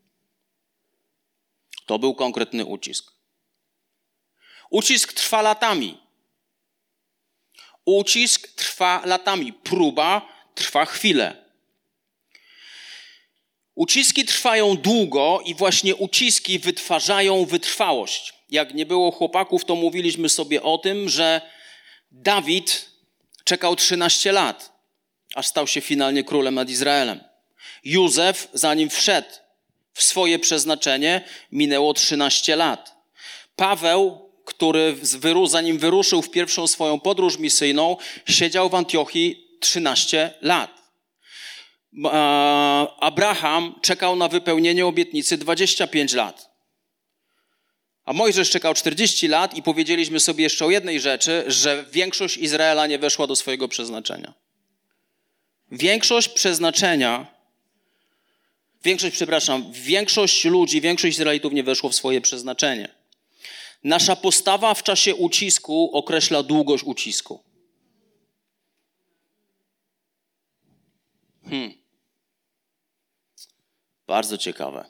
To był konkretny ucisk. Ucisk trwa latami. Ucisk trwa latami. Próba trwa chwilę. Uciski trwają długo i właśnie uciski wytwarzają wytrwałość. Jak nie było chłopaków, to mówiliśmy sobie o tym, że Dawid czekał trzynaście lat, aż stał się finalnie królem nad Izraelem. Józef, zanim wszedł w swoje przeznaczenie, minęło trzynaście lat. Paweł, który zanim wyruszył w pierwszą swoją podróż misyjną, siedział w Antiochii trzynaście lat. Abraham czekał na wypełnienie obietnicy dwadzieścia pięć lat. A Mojżesz czekał czterdzieści lat i powiedzieliśmy sobie jeszcze o jednej rzeczy, że większość Izraela nie weszła do swojego przeznaczenia. Większość przeznaczenia, większość, przepraszam, większość ludzi, większość Izraelitów nie weszło w swoje przeznaczenie. Nasza postawa w czasie ucisku określa długość ucisku. Hmm. Bardzo ciekawe.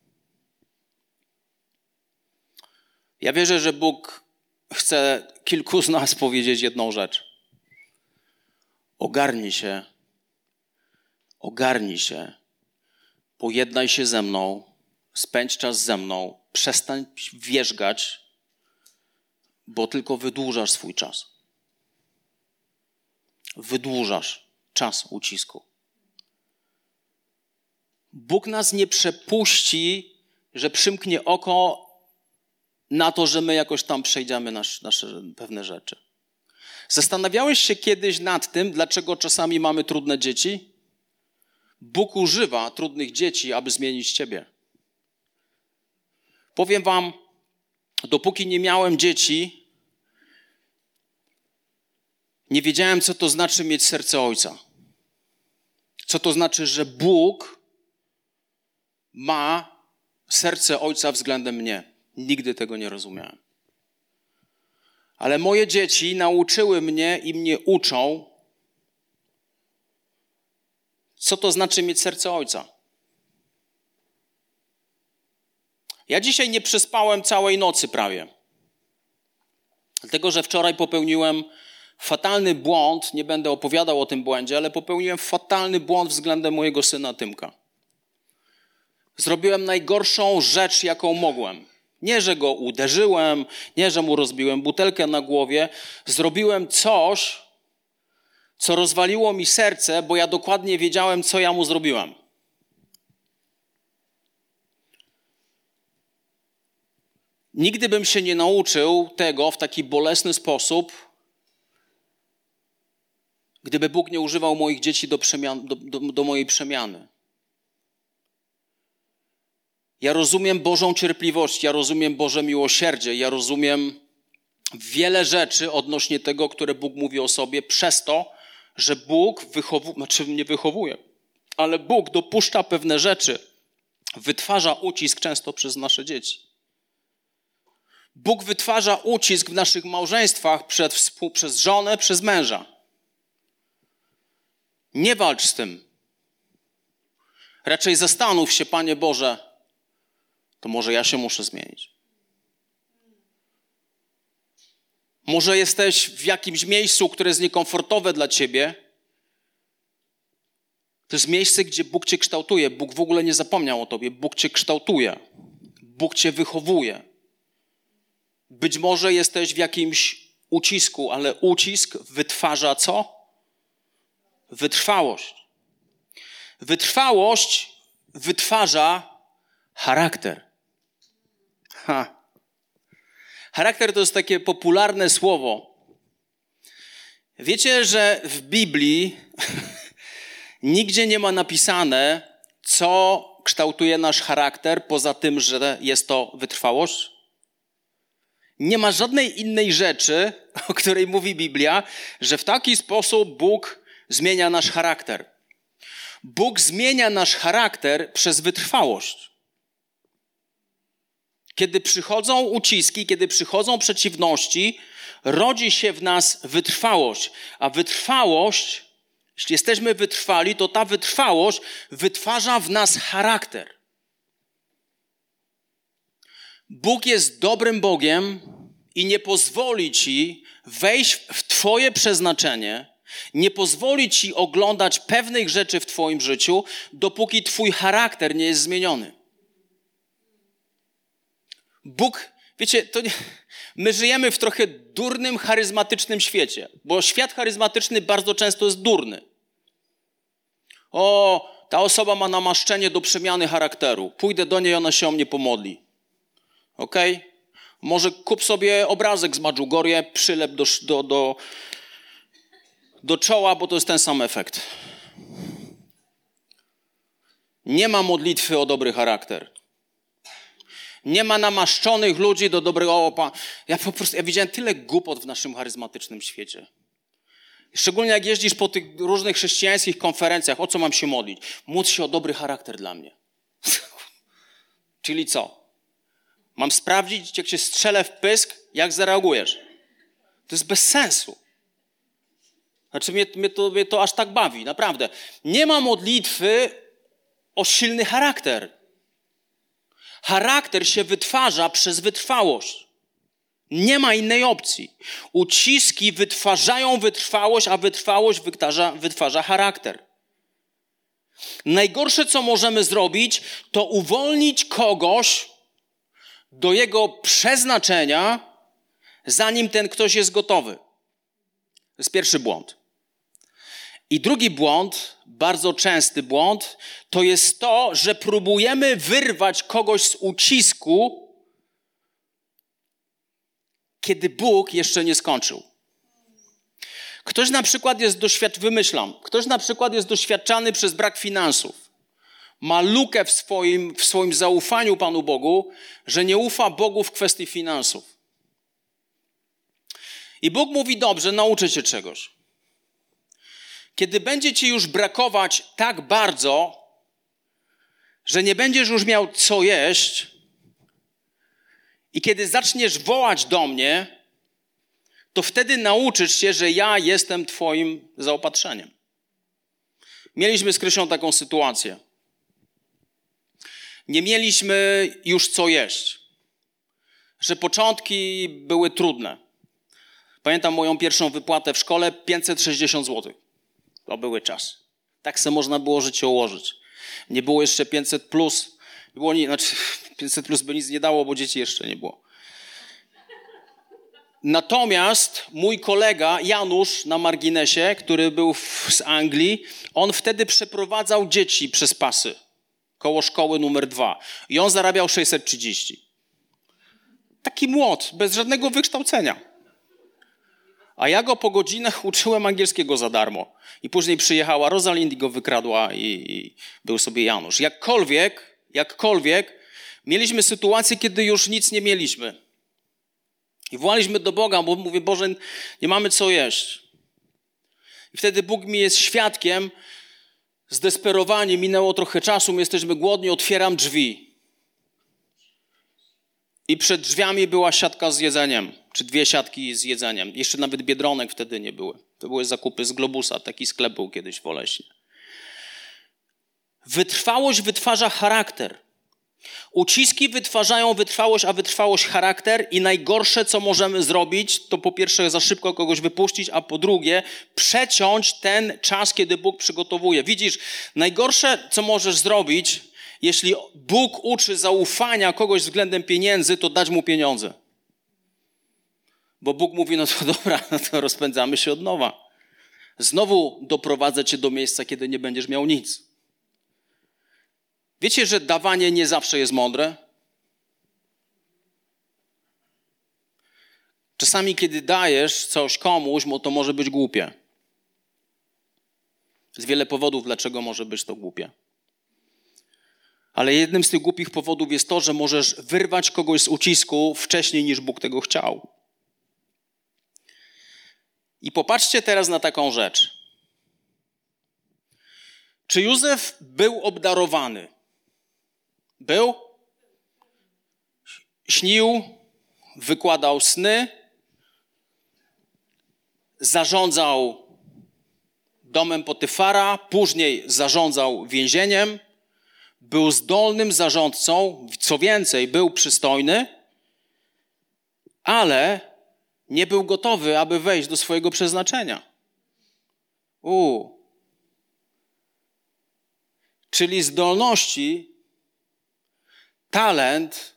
Ja wierzę, że Bóg chce kilku z nas powiedzieć jedną rzecz. Ogarnij się, ogarnij się, pojednaj się ze mną, spędź czas ze mną, przestań wierzgać, bo tylko wydłużasz swój czas. Wydłużasz czas ucisku. Bóg nas nie przepuści, że przymknie oko na to, że my jakoś tam przejdziemy nasz, nasze pewne rzeczy. Zastanawiałeś się kiedyś nad tym, dlaczego czasami mamy trudne dzieci? Bóg używa trudnych dzieci, aby zmienić ciebie. Powiem wam, dopóki nie miałem dzieci, nie wiedziałem, co to znaczy mieć serce ojca. Co to znaczy, że Bóg ma serce ojca względem mnie. Nigdy tego nie rozumiałem. Ale moje dzieci nauczyły mnie i mnie uczą, co to znaczy mieć serce ojca. Ja dzisiaj nie przespałem całej nocy prawie. Dlatego, że wczoraj popełniłem fatalny błąd, nie będę opowiadał o tym błędzie, ale popełniłem fatalny błąd względem mojego syna Tymka. Zrobiłem najgorszą rzecz, jaką mogłem. Nie, że go uderzyłem, nie, że mu rozbiłem butelkę na głowie. Zrobiłem coś, co rozwaliło mi serce, bo ja dokładnie wiedziałem, co ja mu zrobiłem. Nigdy bym się nie nauczył tego w taki bolesny sposób, gdyby Bóg nie używał moich dzieci do, przemian, do, do, do mojej przemiany. Ja rozumiem Bożą cierpliwość, ja rozumiem Boże miłosierdzie, ja rozumiem wiele rzeczy odnośnie tego, które Bóg mówi o sobie, przez to, że Bóg wychowuje, znaczy nie wychowuje, ale Bóg dopuszcza pewne rzeczy, wytwarza ucisk często przez nasze dzieci. Bóg wytwarza ucisk w naszych małżeństwach przed współ, przez żonę, przez męża. Nie walcz z tym. Raczej zastanów się, Panie Boże, to może ja się muszę zmienić. Może jesteś w jakimś miejscu, które jest niekomfortowe dla ciebie To jest miejsce, gdzie Bóg cię kształtuje. Bóg w ogóle nie zapomniał o tobie. Bóg cię kształtuje. Bóg cię wychowuje. Być może jesteś w jakimś ucisku, ale ucisk wytwarza co? Wytrwałość. Wytrwałość wytwarza charakter. Ha. Charakter to jest takie popularne słowo. Wiecie, że w Biblii nigdzie nie ma napisane, co kształtuje nasz charakter, poza tym, że jest to wytrwałość? Nie ma żadnej innej rzeczy, o której mówi Biblia, że w taki sposób Bóg zmienia nasz charakter. Bóg zmienia nasz charakter przez wytrwałość. Kiedy przychodzą uciski, kiedy przychodzą przeciwności, rodzi się w nas wytrwałość. A wytrwałość, jeśli jesteśmy wytrwali, to ta wytrwałość wytwarza w nas charakter. Bóg jest dobrym Bogiem i nie pozwoli ci wejść w twoje przeznaczenie, nie pozwoli ci oglądać pewnych rzeczy w twoim życiu, dopóki twój charakter nie jest zmieniony. Bóg, wiecie, to nie, my żyjemy w trochę durnym, charyzmatycznym świecie, bo świat charyzmatyczny bardzo często jest durny. O, ta osoba ma namaszczenie do przemiany charakteru. Pójdę do niej, ona się o mnie pomodli. Okej? Okay? Może kup sobie obrazek z Medjugorje, przylep do, do, do, do czoła, bo to jest ten sam efekt. Nie ma modlitwy o dobry charakter. Nie ma namaszczonych ludzi do dobrego opa. Ja po prostu, ja widziałem tyle głupot w naszym charyzmatycznym świecie. Szczególnie jak jeździsz po tych różnych chrześcijańskich konferencjach, o co mam się modlić? Módl się o dobry charakter dla mnie. Czyli co? Mam sprawdzić, jak się strzelę w pysk, jak zareagujesz. To jest bez sensu. Znaczy mnie, mnie, to, mnie to aż tak bawi, naprawdę. Nie ma modlitwy o silny charakter. Charakter się wytwarza przez wytrwałość. Nie ma innej opcji. Uciski wytwarzają wytrwałość, a wytrwałość wytwarza, wytwarza charakter. Najgorsze, co możemy zrobić, to uwolnić kogoś do jego przeznaczenia, zanim ten ktoś jest gotowy. To jest pierwszy błąd. I drugi błąd, bardzo częsty błąd, to jest to, że próbujemy wyrwać kogoś z ucisku, kiedy Bóg jeszcze nie skończył. Ktoś na przykład jest doświadczany, wymyślam, ktoś na przykład jest doświadczany przez brak finansów. Ma lukę w swoim, w swoim zaufaniu Panu Bogu, że nie ufa Bogu w kwestii finansów. I Bóg mówi, dobrze, nauczę cię czegoś. Kiedy będzie ci już brakować tak bardzo, że nie będziesz już miał co jeść i kiedy zaczniesz wołać do mnie, to wtedy nauczysz się, że ja jestem twoim zaopatrzeniem. Mieliśmy z Krysią taką sytuację. Nie mieliśmy już co jeść. Że początki były trudne. Pamiętam moją pierwszą wypłatę w szkole, pięćset sześćdziesiąt złotych. To były czasy. Tak se można było życie ułożyć. Nie było jeszcze pięćset plus. Nie było, znaczy pięćset plus by nic nie dało, bo dzieci jeszcze nie było. Natomiast mój kolega Janusz na marginesie, który był w, z Anglii, on wtedy przeprowadzał dzieci przez pasy. Koło szkoły numer dwa. I on zarabiał sześćset trzydzieści. Taki młot, bez żadnego wykształcenia. A ja go po godzinach uczyłem angielskiego za darmo. I później przyjechała Rosalind i go wykradła i, i był sobie Janusz. Jakkolwiek, jakkolwiek, mieliśmy sytuację, kiedy już nic nie mieliśmy. I wołaliśmy do Boga, bo mówię, Boże, nie mamy co jeść. I wtedy Bóg mi jest świadkiem, zdesperowani, minęło trochę czasu, my jesteśmy głodni, otwieram drzwi. I przed drzwiami była siatka z jedzeniem, czy dwie siatki z jedzeniem. Jeszcze nawet Biedronek wtedy nie były. To były zakupy z Globusa, taki sklep był kiedyś w Oleśnie. Wytrwałość wytwarza charakter. Uciski wytwarzają wytrwałość, a wytrwałość charakter i najgorsze, co możemy zrobić, to po pierwsze za szybko kogoś wypuścić, a po drugie przeciąć ten czas, kiedy Bóg przygotowuje. Widzisz, najgorsze, co możesz zrobić, jeśli Bóg uczy zaufania kogoś względem pieniędzy, to dać mu pieniądze. Bo Bóg mówi, no to dobra, no to rozpędzamy się od nowa. Znowu doprowadzę cię do miejsca, kiedy nie będziesz miał nic. Wiecie, że dawanie nie zawsze jest mądre? Czasami, kiedy dajesz coś komuś, to może być głupie. Jest wiele powodów, dlaczego może być to głupie. Ale jednym z tych głupich powodów jest to, że możesz wyrwać kogoś z ucisku wcześniej, niż Bóg tego chciał. I popatrzcie teraz na taką rzecz. Czy Józef był obdarowany? Był? Śnił, wykładał sny, zarządzał domem Potyfara, później zarządzał więzieniem, był zdolnym zarządcą, co więcej, był przystojny, ale nie był gotowy, aby wejść do swojego przeznaczenia. U. Czyli zdolności, talent,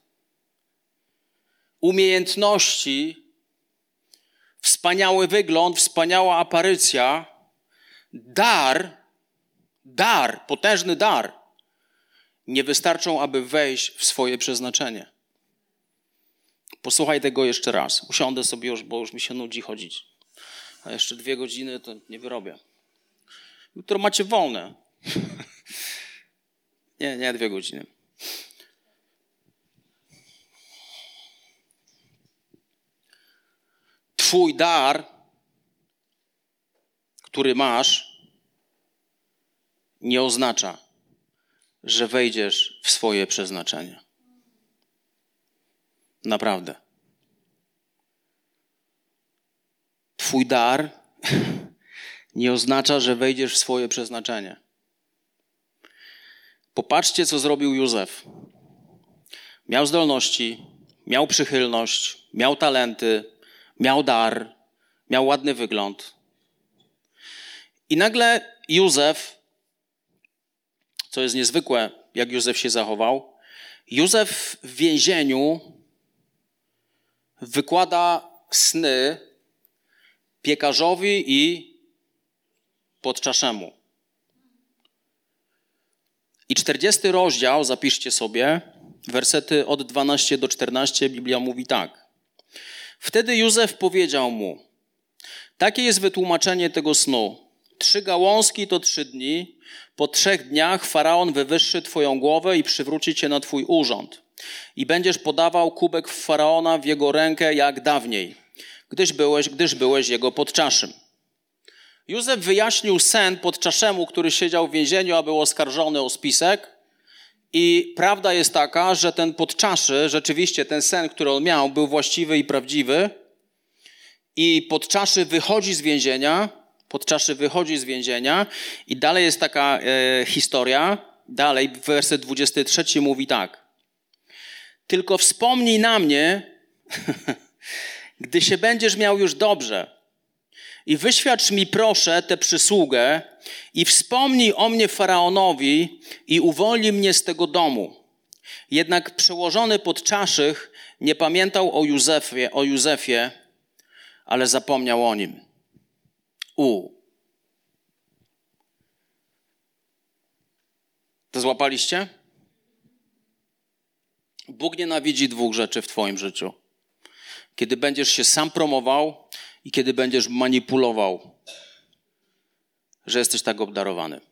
umiejętności, wspaniały wygląd, wspaniała aparycja, dar, dar, potężny dar, nie wystarczą, aby wejść w swoje przeznaczenie. Posłuchaj tego jeszcze raz. Usiądę sobie już, bo już mi się nudzi chodzić. A jeszcze dwie godziny to nie wyrobię. Jutro macie wolne. nie, nie dwie godziny. Twój dar, który masz, nie oznacza, że wejdziesz w swoje przeznaczenie. Naprawdę. Twój dar nie oznacza, że wejdziesz w swoje przeznaczenie. Popatrzcie, co zrobił Józef. Miał zdolności, miał przychylność, miał talenty, miał dar, miał ładny wygląd. I nagle Józef, co jest niezwykłe, jak Józef się zachował, Józef w więzieniu wykłada sny piekarzowi i podczaszemu. I czterdziesty rozdział, zapiszcie sobie, wersety od dwunastego do czternastego, Biblia mówi tak. Wtedy Józef powiedział mu, takie jest wytłumaczenie tego snu. Trzy gałązki to trzy dni. Po trzech dniach Faraon wywyższy twoją głowę i przywróci cię na twój urząd. I będziesz podawał kubek Faraona w jego rękę jak dawniej, gdyż byłeś, gdyż byłeś jego podczaszym. Józef wyjaśnił sen podczaszemu, który siedział w więzieniu, a był oskarżony o spisek. I prawda jest taka, że ten podczaszy, rzeczywiście ten sen, który on miał, był właściwy i prawdziwy. I podczaszy wychodzi z więzienia, podczaszy wychodzi z więzienia i dalej jest taka e, historia, dalej werset dwudziesty trzeci mówi tak. Tylko wspomnij na mnie, gdy się będziesz miał już dobrze i wyświadcz mi proszę tę przysługę i wspomnij o mnie Faraonowi i uwolnij mnie z tego domu. Jednak przełożony podczaszych nie pamiętał o Józefie, o Józefie, ale zapomniał o nim. U. To złapaliście? Bóg nienawidzi dwóch rzeczy w twoim życiu. Kiedy będziesz się sam promował i kiedy będziesz manipulował, że jesteś tak obdarowany.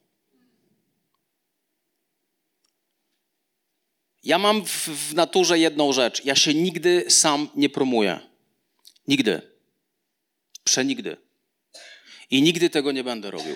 Ja mam w, w naturze jedną rzecz. Ja się nigdy sam nie promuję. Nigdy. Przenigdy. I nigdy tego nie będę robił.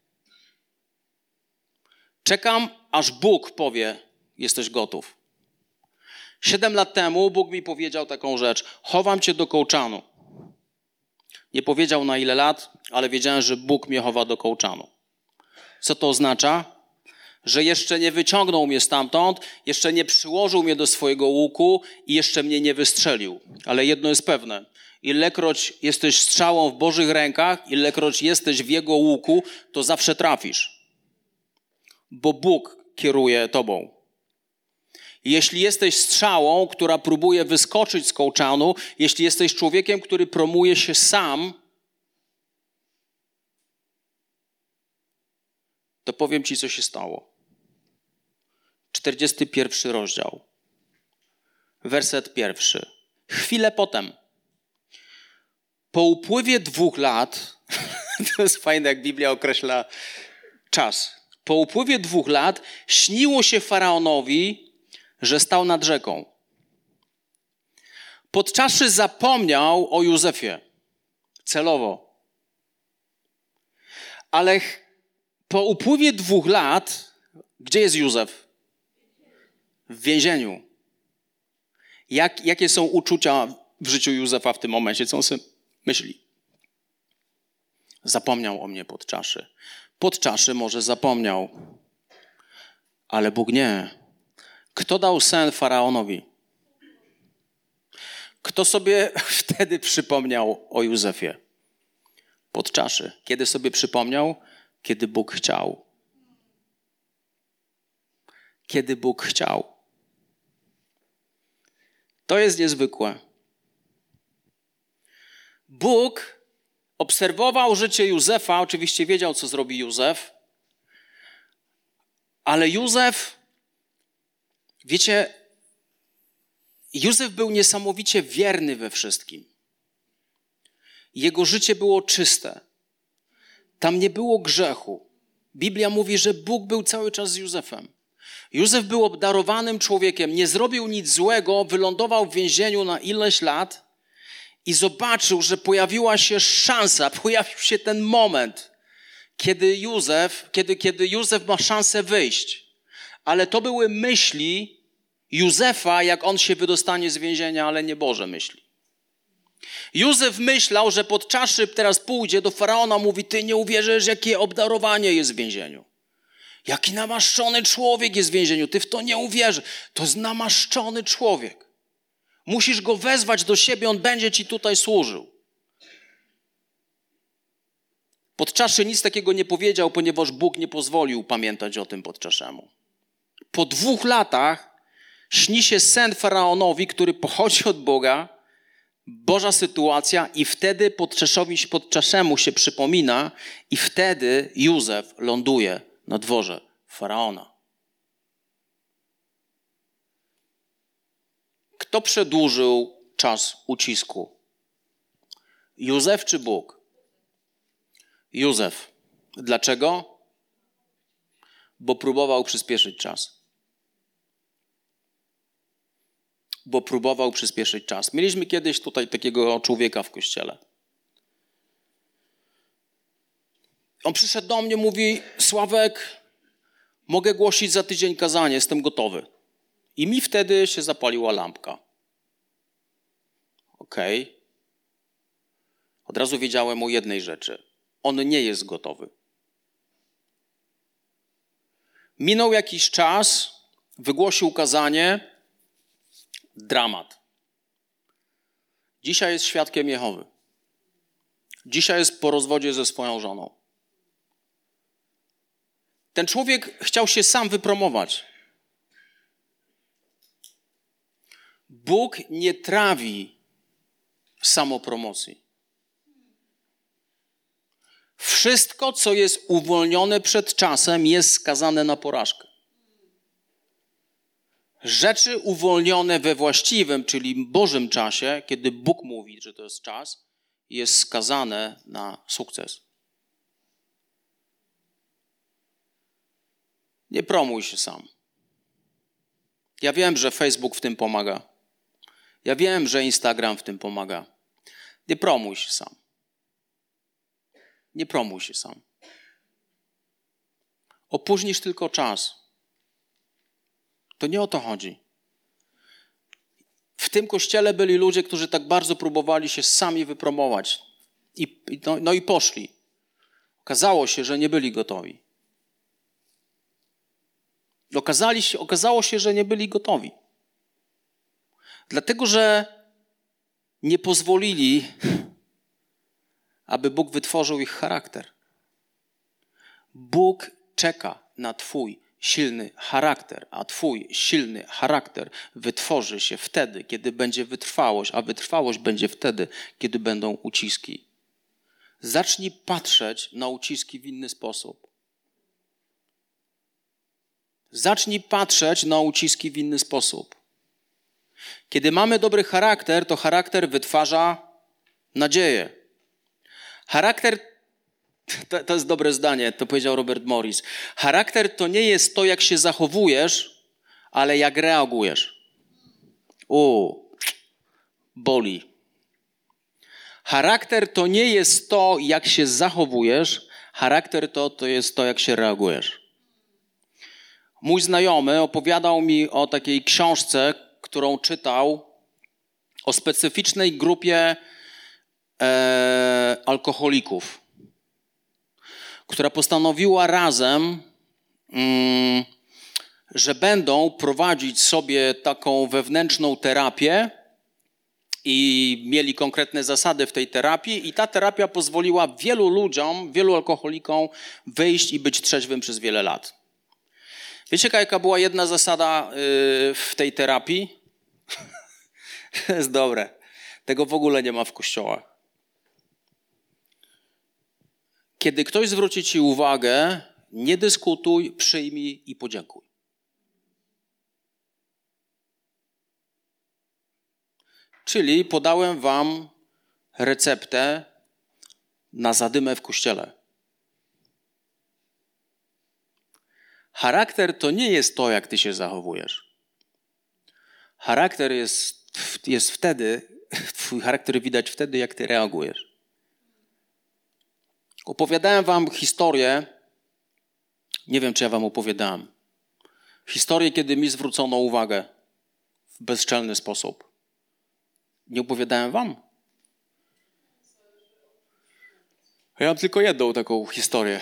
Czekam, aż Bóg powie, jesteś gotów. Siedem lat temu Bóg mi powiedział taką rzecz. Chowam cię do kołczanu. Nie powiedział na ile lat, ale wiedziałem, że Bóg mnie chowa do kołczanu. Co to oznacza? że jeszcze nie wyciągnął mnie stamtąd, jeszcze nie przyłożył mnie do swojego łuku i jeszcze mnie nie wystrzelił. Ale jedno jest pewne. Ilekroć jesteś strzałą w Bożych rękach, ilekroć jesteś w Jego łuku, to zawsze trafisz. Bo Bóg kieruje tobą. Jeśli jesteś strzałą, która próbuje wyskoczyć z kołczanu, jeśli jesteś człowiekiem, który promuje się sam, to powiem ci, co się stało. czterdziesty pierwszy rozdział. Werset pierwszy. Chwilę potem, po upływie dwóch lat, to jest fajne, jak Biblia określa czas. Po upływie dwóch lat śniło się Faraonowi, że stał nad rzeką. Podczaszy zapomniał o Józefie. Celowo. Ale po upływie dwóch lat, gdzie jest Józef? W więzieniu. Jak, jakie są uczucia w życiu Józefa w tym momencie? Co on sobie myśli? Zapomniał o mnie podczaszy. Podczaszy może zapomniał, ale Bóg nie. Kto dał sen Faraonowi? Kto sobie wtedy przypomniał o Józefie? Podczaszy. Kiedy sobie przypomniał? Kiedy Bóg chciał. Kiedy Bóg chciał. To jest niezwykłe. Bóg obserwował życie Józefa, oczywiście wiedział, co zrobi Józef, ale Józef, wiecie, Józef był niesamowicie wierny we wszystkim. Jego życie było czyste. Tam nie było grzechu. Biblia mówi, że Bóg był cały czas z Józefem. Józef był obdarowanym człowiekiem, nie zrobił nic złego, wylądował w więzieniu na ileś lat i zobaczył, że pojawiła się szansa, pojawił się ten moment, kiedy Józef, kiedy, kiedy Józef ma szansę wyjść. Ale to były myśli Józefa, jak on się wydostanie z więzienia, ale nie Boże myśli. Józef myślał, że podczaszy teraz pójdzie do Faraona, mówi, ty nie uwierzysz, jakie obdarowanie jest w więzieniu. Jaki namaszczony człowiek jest w więzieniu. Ty w to nie uwierzysz. To jest namaszczony człowiek. Musisz go wezwać do siebie, on będzie ci tutaj służył. Podczaszy nic takiego nie powiedział, ponieważ Bóg nie pozwolił pamiętać o tym podczaszemu. Po dwóch latach śni się sen Faraonowi, który pochodzi od Boga, Boża sytuacja i wtedy podczaszowi, podczaszemu się przypomina i wtedy Józef ląduje na dworze Faraona. Kto przedłużył czas ucisku? Józef czy Bóg? Józef. Dlaczego? Bo próbował przyspieszyć czas. Bo próbował przyspieszyć czas. Mieliśmy kiedyś tutaj takiego człowieka w kościele. On przyszedł do mnie, mówi, Sławek, mogę głosić za tydzień kazanie, jestem gotowy. I mi wtedy się zapaliła lampka. Okej. Okay. Od razu wiedziałem o jednej rzeczy. On nie jest gotowy. Minął jakiś czas, wygłosił kazanie, dramat. Dzisiaj jest świadkiem Jehowy. Dzisiaj jest po rozwodzie ze swoją żoną. Ten człowiek chciał się sam wypromować. Bóg nie trawi samopromocji. Wszystko, co jest uwolnione przed czasem, jest skazane na porażkę. Rzeczy uwolnione we właściwym, czyli Bożym czasie, kiedy Bóg mówi, że to jest czas, jest skazane na sukces. Nie promuj się sam. Ja wiem, że Facebook w tym pomaga. Ja wiem, że Instagram w tym pomaga. Nie promuj się sam. Nie promuj się sam. Opóźnisz tylko czas. To nie o to chodzi. W tym kościele byli ludzie, którzy tak bardzo próbowali się sami wypromować. I, no, no i poszli. Okazało się, że nie byli gotowi. Okazali się, okazało się, że nie byli gotowi. Dlatego, że nie pozwolili, aby Bóg wytworzył ich charakter. Bóg czeka na twój silny charakter, a twój silny charakter wytworzy się wtedy, kiedy będzie wytrwałość, a wytrwałość będzie wtedy, kiedy będą uciski. Zacznij patrzeć na uciski w inny sposób. Zacznij patrzeć na uciski w inny sposób. Kiedy mamy dobry charakter, to charakter wytwarza nadzieję. Charakter, to, to jest dobre zdanie, to powiedział Robert Morris. Charakter to nie jest to, jak się zachowujesz, ale jak reagujesz. U, boli. Charakter to nie jest to, jak się zachowujesz, charakter to, to jest to, jak się reagujesz. Mój znajomy opowiadał mi o takiej książce, którą czytał, o specyficznej grupie e, alkoholików, która postanowiła razem, mm, że będą prowadzić sobie taką wewnętrzną terapię i mieli konkretne zasady w tej terapii i ta terapia pozwoliła wielu ludziom, wielu alkoholikom wyjść i być trzeźwym przez wiele lat. Wiecie, jaka była jedna zasada w tej terapii? To jest dobre. Tego w ogóle nie ma w kościołach. Kiedy ktoś zwróci ci uwagę, nie dyskutuj, przyjmij i podziękuj. Czyli podałem wam receptę na zadymę w kościele. Charakter to nie jest to, jak ty się zachowujesz. Charakter jest, jest wtedy, twój charakter widać wtedy, jak ty reagujesz. Opowiadałem wam historię, nie wiem, czy ja wam opowiadałem, historię, kiedy mi zwrócono uwagę w bezczelny sposób. Nie opowiadałem wam? Ja mam tylko jedną taką historię.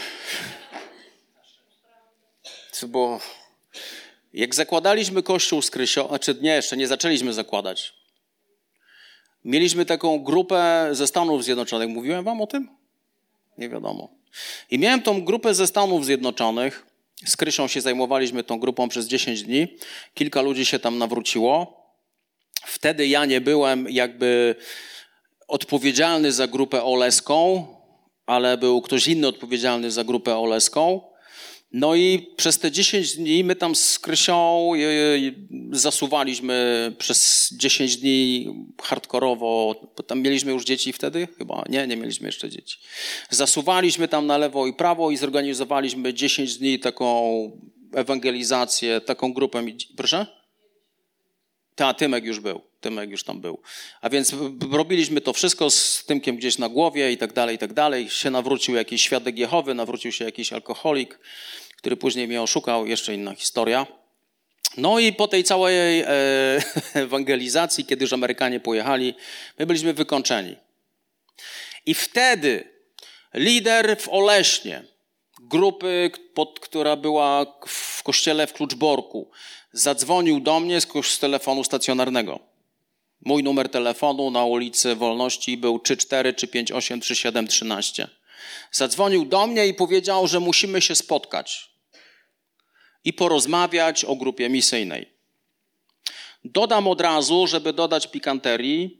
Bo jak zakładaliśmy kościół z Krysio, znaczy nie, jeszcze nie zaczęliśmy zakładać. Mieliśmy taką grupę ze Stanów Zjednoczonych. Mówiłem wam o tym? Nie wiadomo. I miałem tą grupę ze Stanów Zjednoczonych. Z Krysią się zajmowaliśmy tą grupą przez dziesięć dni. Kilka ludzi się tam nawróciło. Wtedy ja nie byłem jakby odpowiedzialny za grupę oleską, ale był ktoś inny odpowiedzialny za grupę oleską. No i przez te dziesięć dni my tam z Krysią zasuwaliśmy przez dziesięć dni hardkorowo, bo tam mieliśmy już dzieci wtedy? Chyba nie, nie mieliśmy jeszcze dzieci. Zasuwaliśmy tam na lewo i prawo i zorganizowaliśmy dziesięć dni taką ewangelizację, taką grupę. Proszę? Ta, Tymek już był. Tymek już tam był. A więc robiliśmy to wszystko z Tymkiem gdzieś na głowie i tak dalej, i tak dalej. Się nawrócił jakiś świadek Jehowy, nawrócił się jakiś alkoholik, który później mnie oszukał, jeszcze inna historia. No i po tej całej e, ewangelizacji, kiedy już Amerykanie pojechali, my byliśmy wykończeni. I wtedy lider w Oleśnie, grupy, pod, która była w kościele w Kluczborku, zadzwonił do mnie z, z telefonu stacjonarnego. Mój numer telefonu na ulicy Wolności był trzy cztery trzy pięć osiem trzy siedem jeden trzy. Zadzwonił do mnie i powiedział, że musimy się spotkać i porozmawiać o grupie misyjnej. Dodam od razu, żeby dodać pikanterii,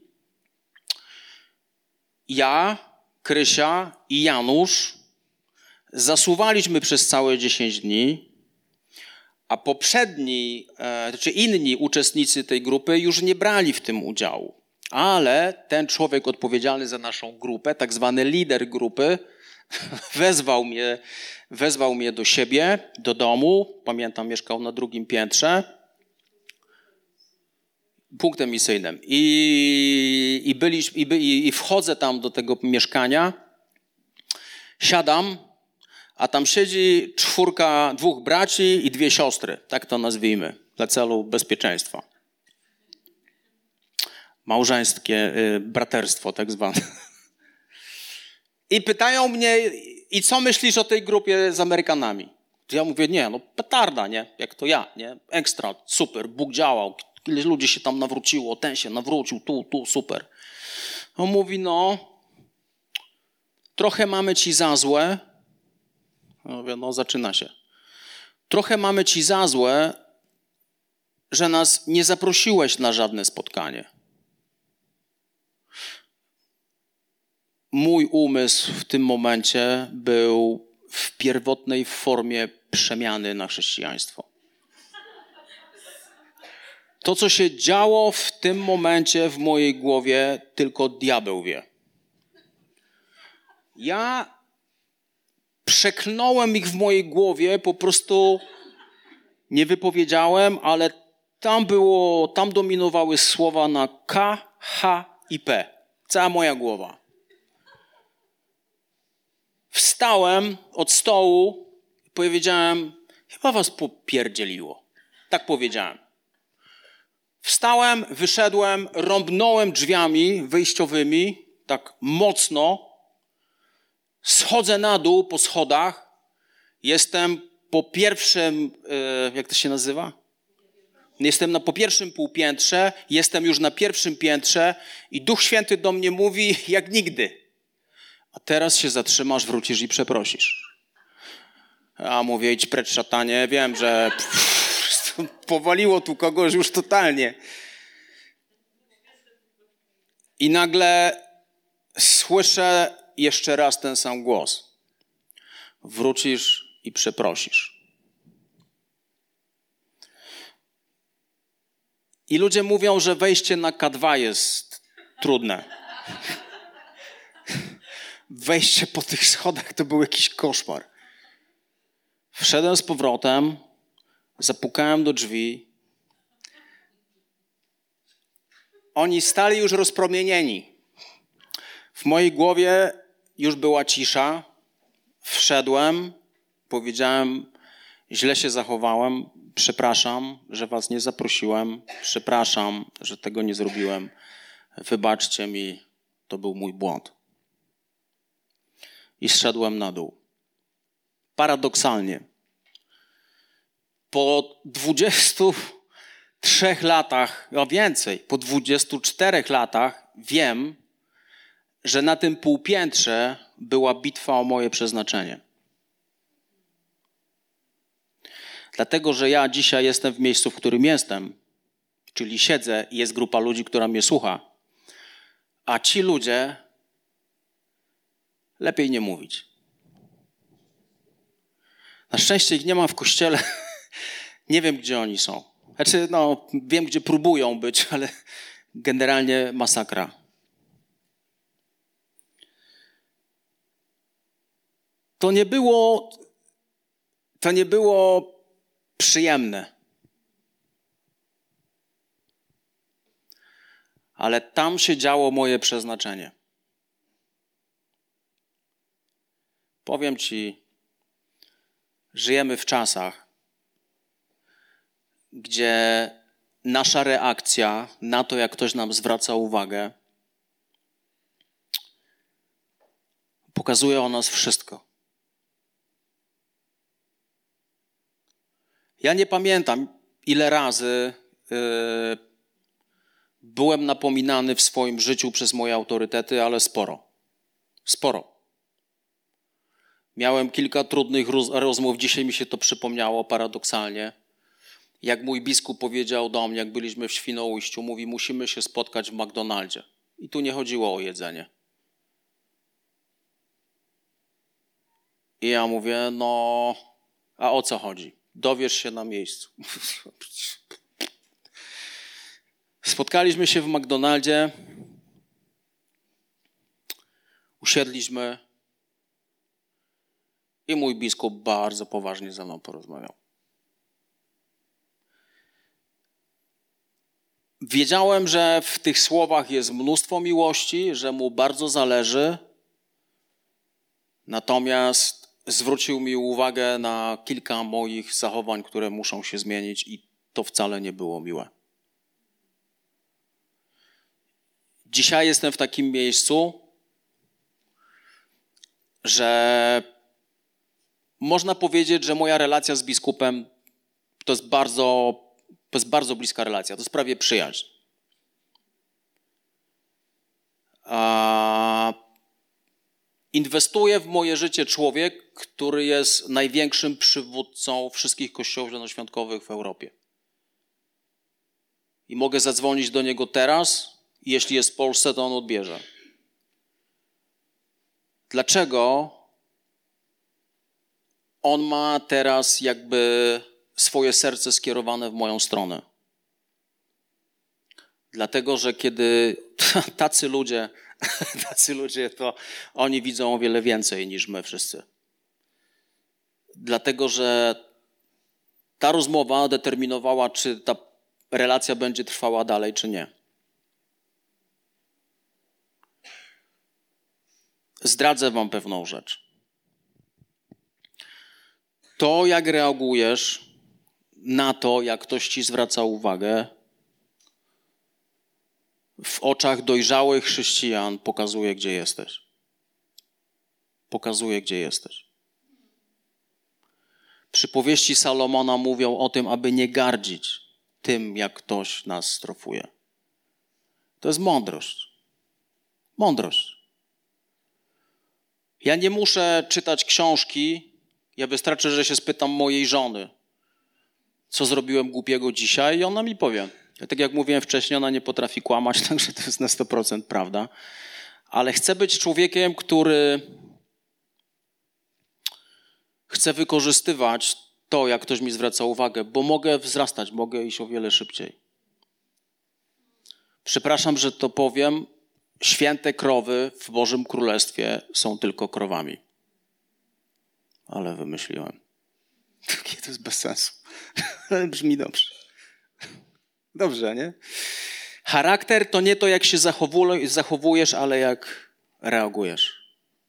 ja, Krysia i Janusz zasuwaliśmy przez całe dziesięć dni, a poprzedni, e, czy inni uczestnicy tej grupy już nie brali w tym udziału. Ale ten człowiek odpowiedzialny za naszą grupę, tak zwany lider grupy, wezwał mnie, wezwał mnie do siebie, do domu. Pamiętam, mieszkał na drugim piętrze. Punktem misyjnym. I, i, byliśmy, i, by, i wchodzę tam do tego mieszkania, siadam, a tam siedzi czwórka, dwóch braci i dwie siostry, tak to nazwijmy, dla celu bezpieczeństwa. Małżeńskie y, braterstwo tak zwane. I pytają mnie, i co myślisz o tej grupie z Amerykanami? Ja mówię, nie, no petarda, nie? Jak to ja, nie? Ekstra, super, Bóg działał, ileś ludzi się tam nawróciło, ten się nawrócił, tu, tu, super. On mówi, no, trochę mamy ci za złe. Ja mówię, no zaczyna się. Trochę mamy ci za złe, że nas nie zaprosiłeś na żadne spotkanie. Mój umysł w tym momencie był w pierwotnej formie przemiany na chrześcijaństwo. To, co się działo w tym momencie w mojej głowie, tylko diabeł wie. Ja przeklnąłem ich w mojej głowie, po prostu nie wypowiedziałem, ale tam było, tam dominowały słowa na K, H i P. Cała moja głowa. Wstałem od stołu i powiedziałem, chyba was popierdzieliło. Tak powiedziałem. Wstałem, wyszedłem, rąbnąłem drzwiami wyjściowymi, tak mocno. Schodzę na dół po schodach. Jestem po pierwszym, jak to się nazywa? Jestem na, po pierwszym półpiętrze, jestem już na pierwszym piętrze i Duch Święty do mnie mówi jak nigdy. A teraz się zatrzymasz, wrócisz i przeprosisz. A mówię, idź precz, szatanie. Wiem, że pff, powaliło tu kogoś już totalnie. I nagle słyszę jeszcze raz ten sam głos. Wrócisz i przeprosisz. I ludzie mówią, że wejście na K dwa jest trudne. Wejście po tych schodach to był jakiś koszmar. Wszedłem z powrotem, zapukałem do drzwi. Oni stali już rozpromienieni. W mojej głowie już była cisza. Wszedłem, powiedziałem, źle się zachowałem, przepraszam, że was nie zaprosiłem, przepraszam, że tego nie zrobiłem. Wybaczcie mi, to był mój błąd. I zszedłem na dół. Paradoksalnie, po dwudziestu trzech latach, a więcej, po dwudziestu czterech latach wiem, że na tym półpiętrze była bitwa o moje przeznaczenie. Dlatego, że ja dzisiaj jestem w miejscu, w którym jestem, czyli siedzę i jest grupa ludzi, która mnie słucha, a ci ludzie lepiej nie mówić. Na szczęście ich nie ma w kościele. Nie wiem, gdzie oni są. Znaczy, no, wiem, gdzie próbują być, ale generalnie masakra. To nie było, to nie było przyjemne. Ale tam się działo moje przeznaczenie. Powiem ci, żyjemy w czasach, gdzie nasza reakcja na to, jak ktoś nam zwraca uwagę, pokazuje o nas wszystko. Ja nie pamiętam, ile razy yy, byłem napominany w swoim życiu przez moje autorytety, ale sporo. Sporo. Miałem kilka trudnych roz- rozmów, dzisiaj mi się to przypomniało paradoksalnie. Jak mój biskup powiedział do mnie, jak byliśmy w Świnoujściu, mówi, musimy się spotkać w McDonaldzie. I tu nie chodziło o jedzenie. I ja mówię, no, a o co chodzi? Dowiesz się na miejscu. Spotkaliśmy się w McDonaldzie, usiedliśmy i mój biskup bardzo poważnie ze mną porozmawiał. Wiedziałem, że w tych słowach jest mnóstwo miłości, że mu bardzo zależy, natomiast zwrócił mi uwagę na kilka moich zachowań, które muszą się zmienić i to wcale nie było miłe. Dzisiaj jestem w takim miejscu, że można powiedzieć, że moja relacja z biskupem to jest bardzo, to jest bardzo bliska relacja, to jest prawie przyjaźń. A inwestuje w moje życie człowiek, który jest największym przywódcą wszystkich kościołów zielonoświątkowych w Europie. I mogę zadzwonić do niego teraz i jeśli jest w Polsce, to on odbierze. Dlaczego on ma teraz jakby swoje serce skierowane w moją stronę? Dlatego, że kiedy tacy ludzie, tacy ludzie, to oni widzą o wiele więcej niż my wszyscy. Dlatego, że ta rozmowa determinowała, czy ta relacja będzie trwała dalej, czy nie. Zdradzę wam pewną rzecz. To, jak reagujesz na to, jak ktoś ci zwraca uwagę, w oczach dojrzałych chrześcijan pokazuje, gdzie jesteś. Pokazuje, gdzie jesteś. Przypowieści Salomona mówią o tym, aby nie gardzić tym, jak ktoś nas strofuje. To jest mądrość. Mądrość. Ja nie muszę czytać książki, ja wystarczy, że się spytam mojej żony, co zrobiłem głupiego dzisiaj i ona mi powie. Tak jak mówiłem wcześniej, ona nie potrafi kłamać, także to jest na sto procent prawda. Ale chcę być człowiekiem, który chce wykorzystywać to, jak ktoś mi zwraca uwagę, bo mogę wzrastać, mogę iść o wiele szybciej. Przepraszam, że to powiem, święte krowy w Bożym Królestwie są tylko krowami. Ale wymyśliłem. Takie to jest bez sensu. Ale brzmi dobrze. Dobrze, nie? Charakter to nie to, jak się zachowujesz, ale jak reagujesz.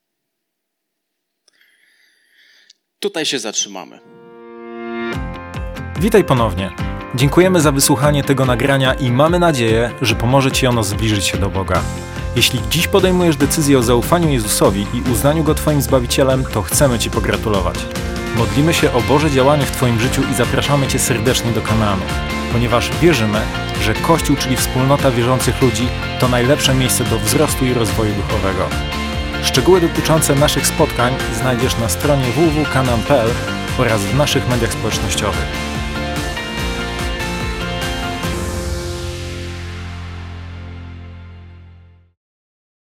Tutaj się zatrzymamy. Witaj ponownie. Dziękujemy za wysłuchanie tego nagrania i mamy nadzieję, że pomoże Ci ono zbliżyć się do Boga. Jeśli dziś podejmujesz decyzję o zaufaniu Jezusowi i uznaniu Go Twoim Zbawicielem, to chcemy Ci pogratulować. Modlimy się o Boże działanie w Twoim życiu i zapraszamy Cię serdecznie do Kanaanu, ponieważ wierzymy, że Kościół, czyli wspólnota wierzących ludzi, to najlepsze miejsce do wzrostu i rozwoju duchowego. Szczegóły dotyczące naszych spotkań znajdziesz na stronie w w w kropka kanaan kropka p l oraz w naszych mediach społecznościowych.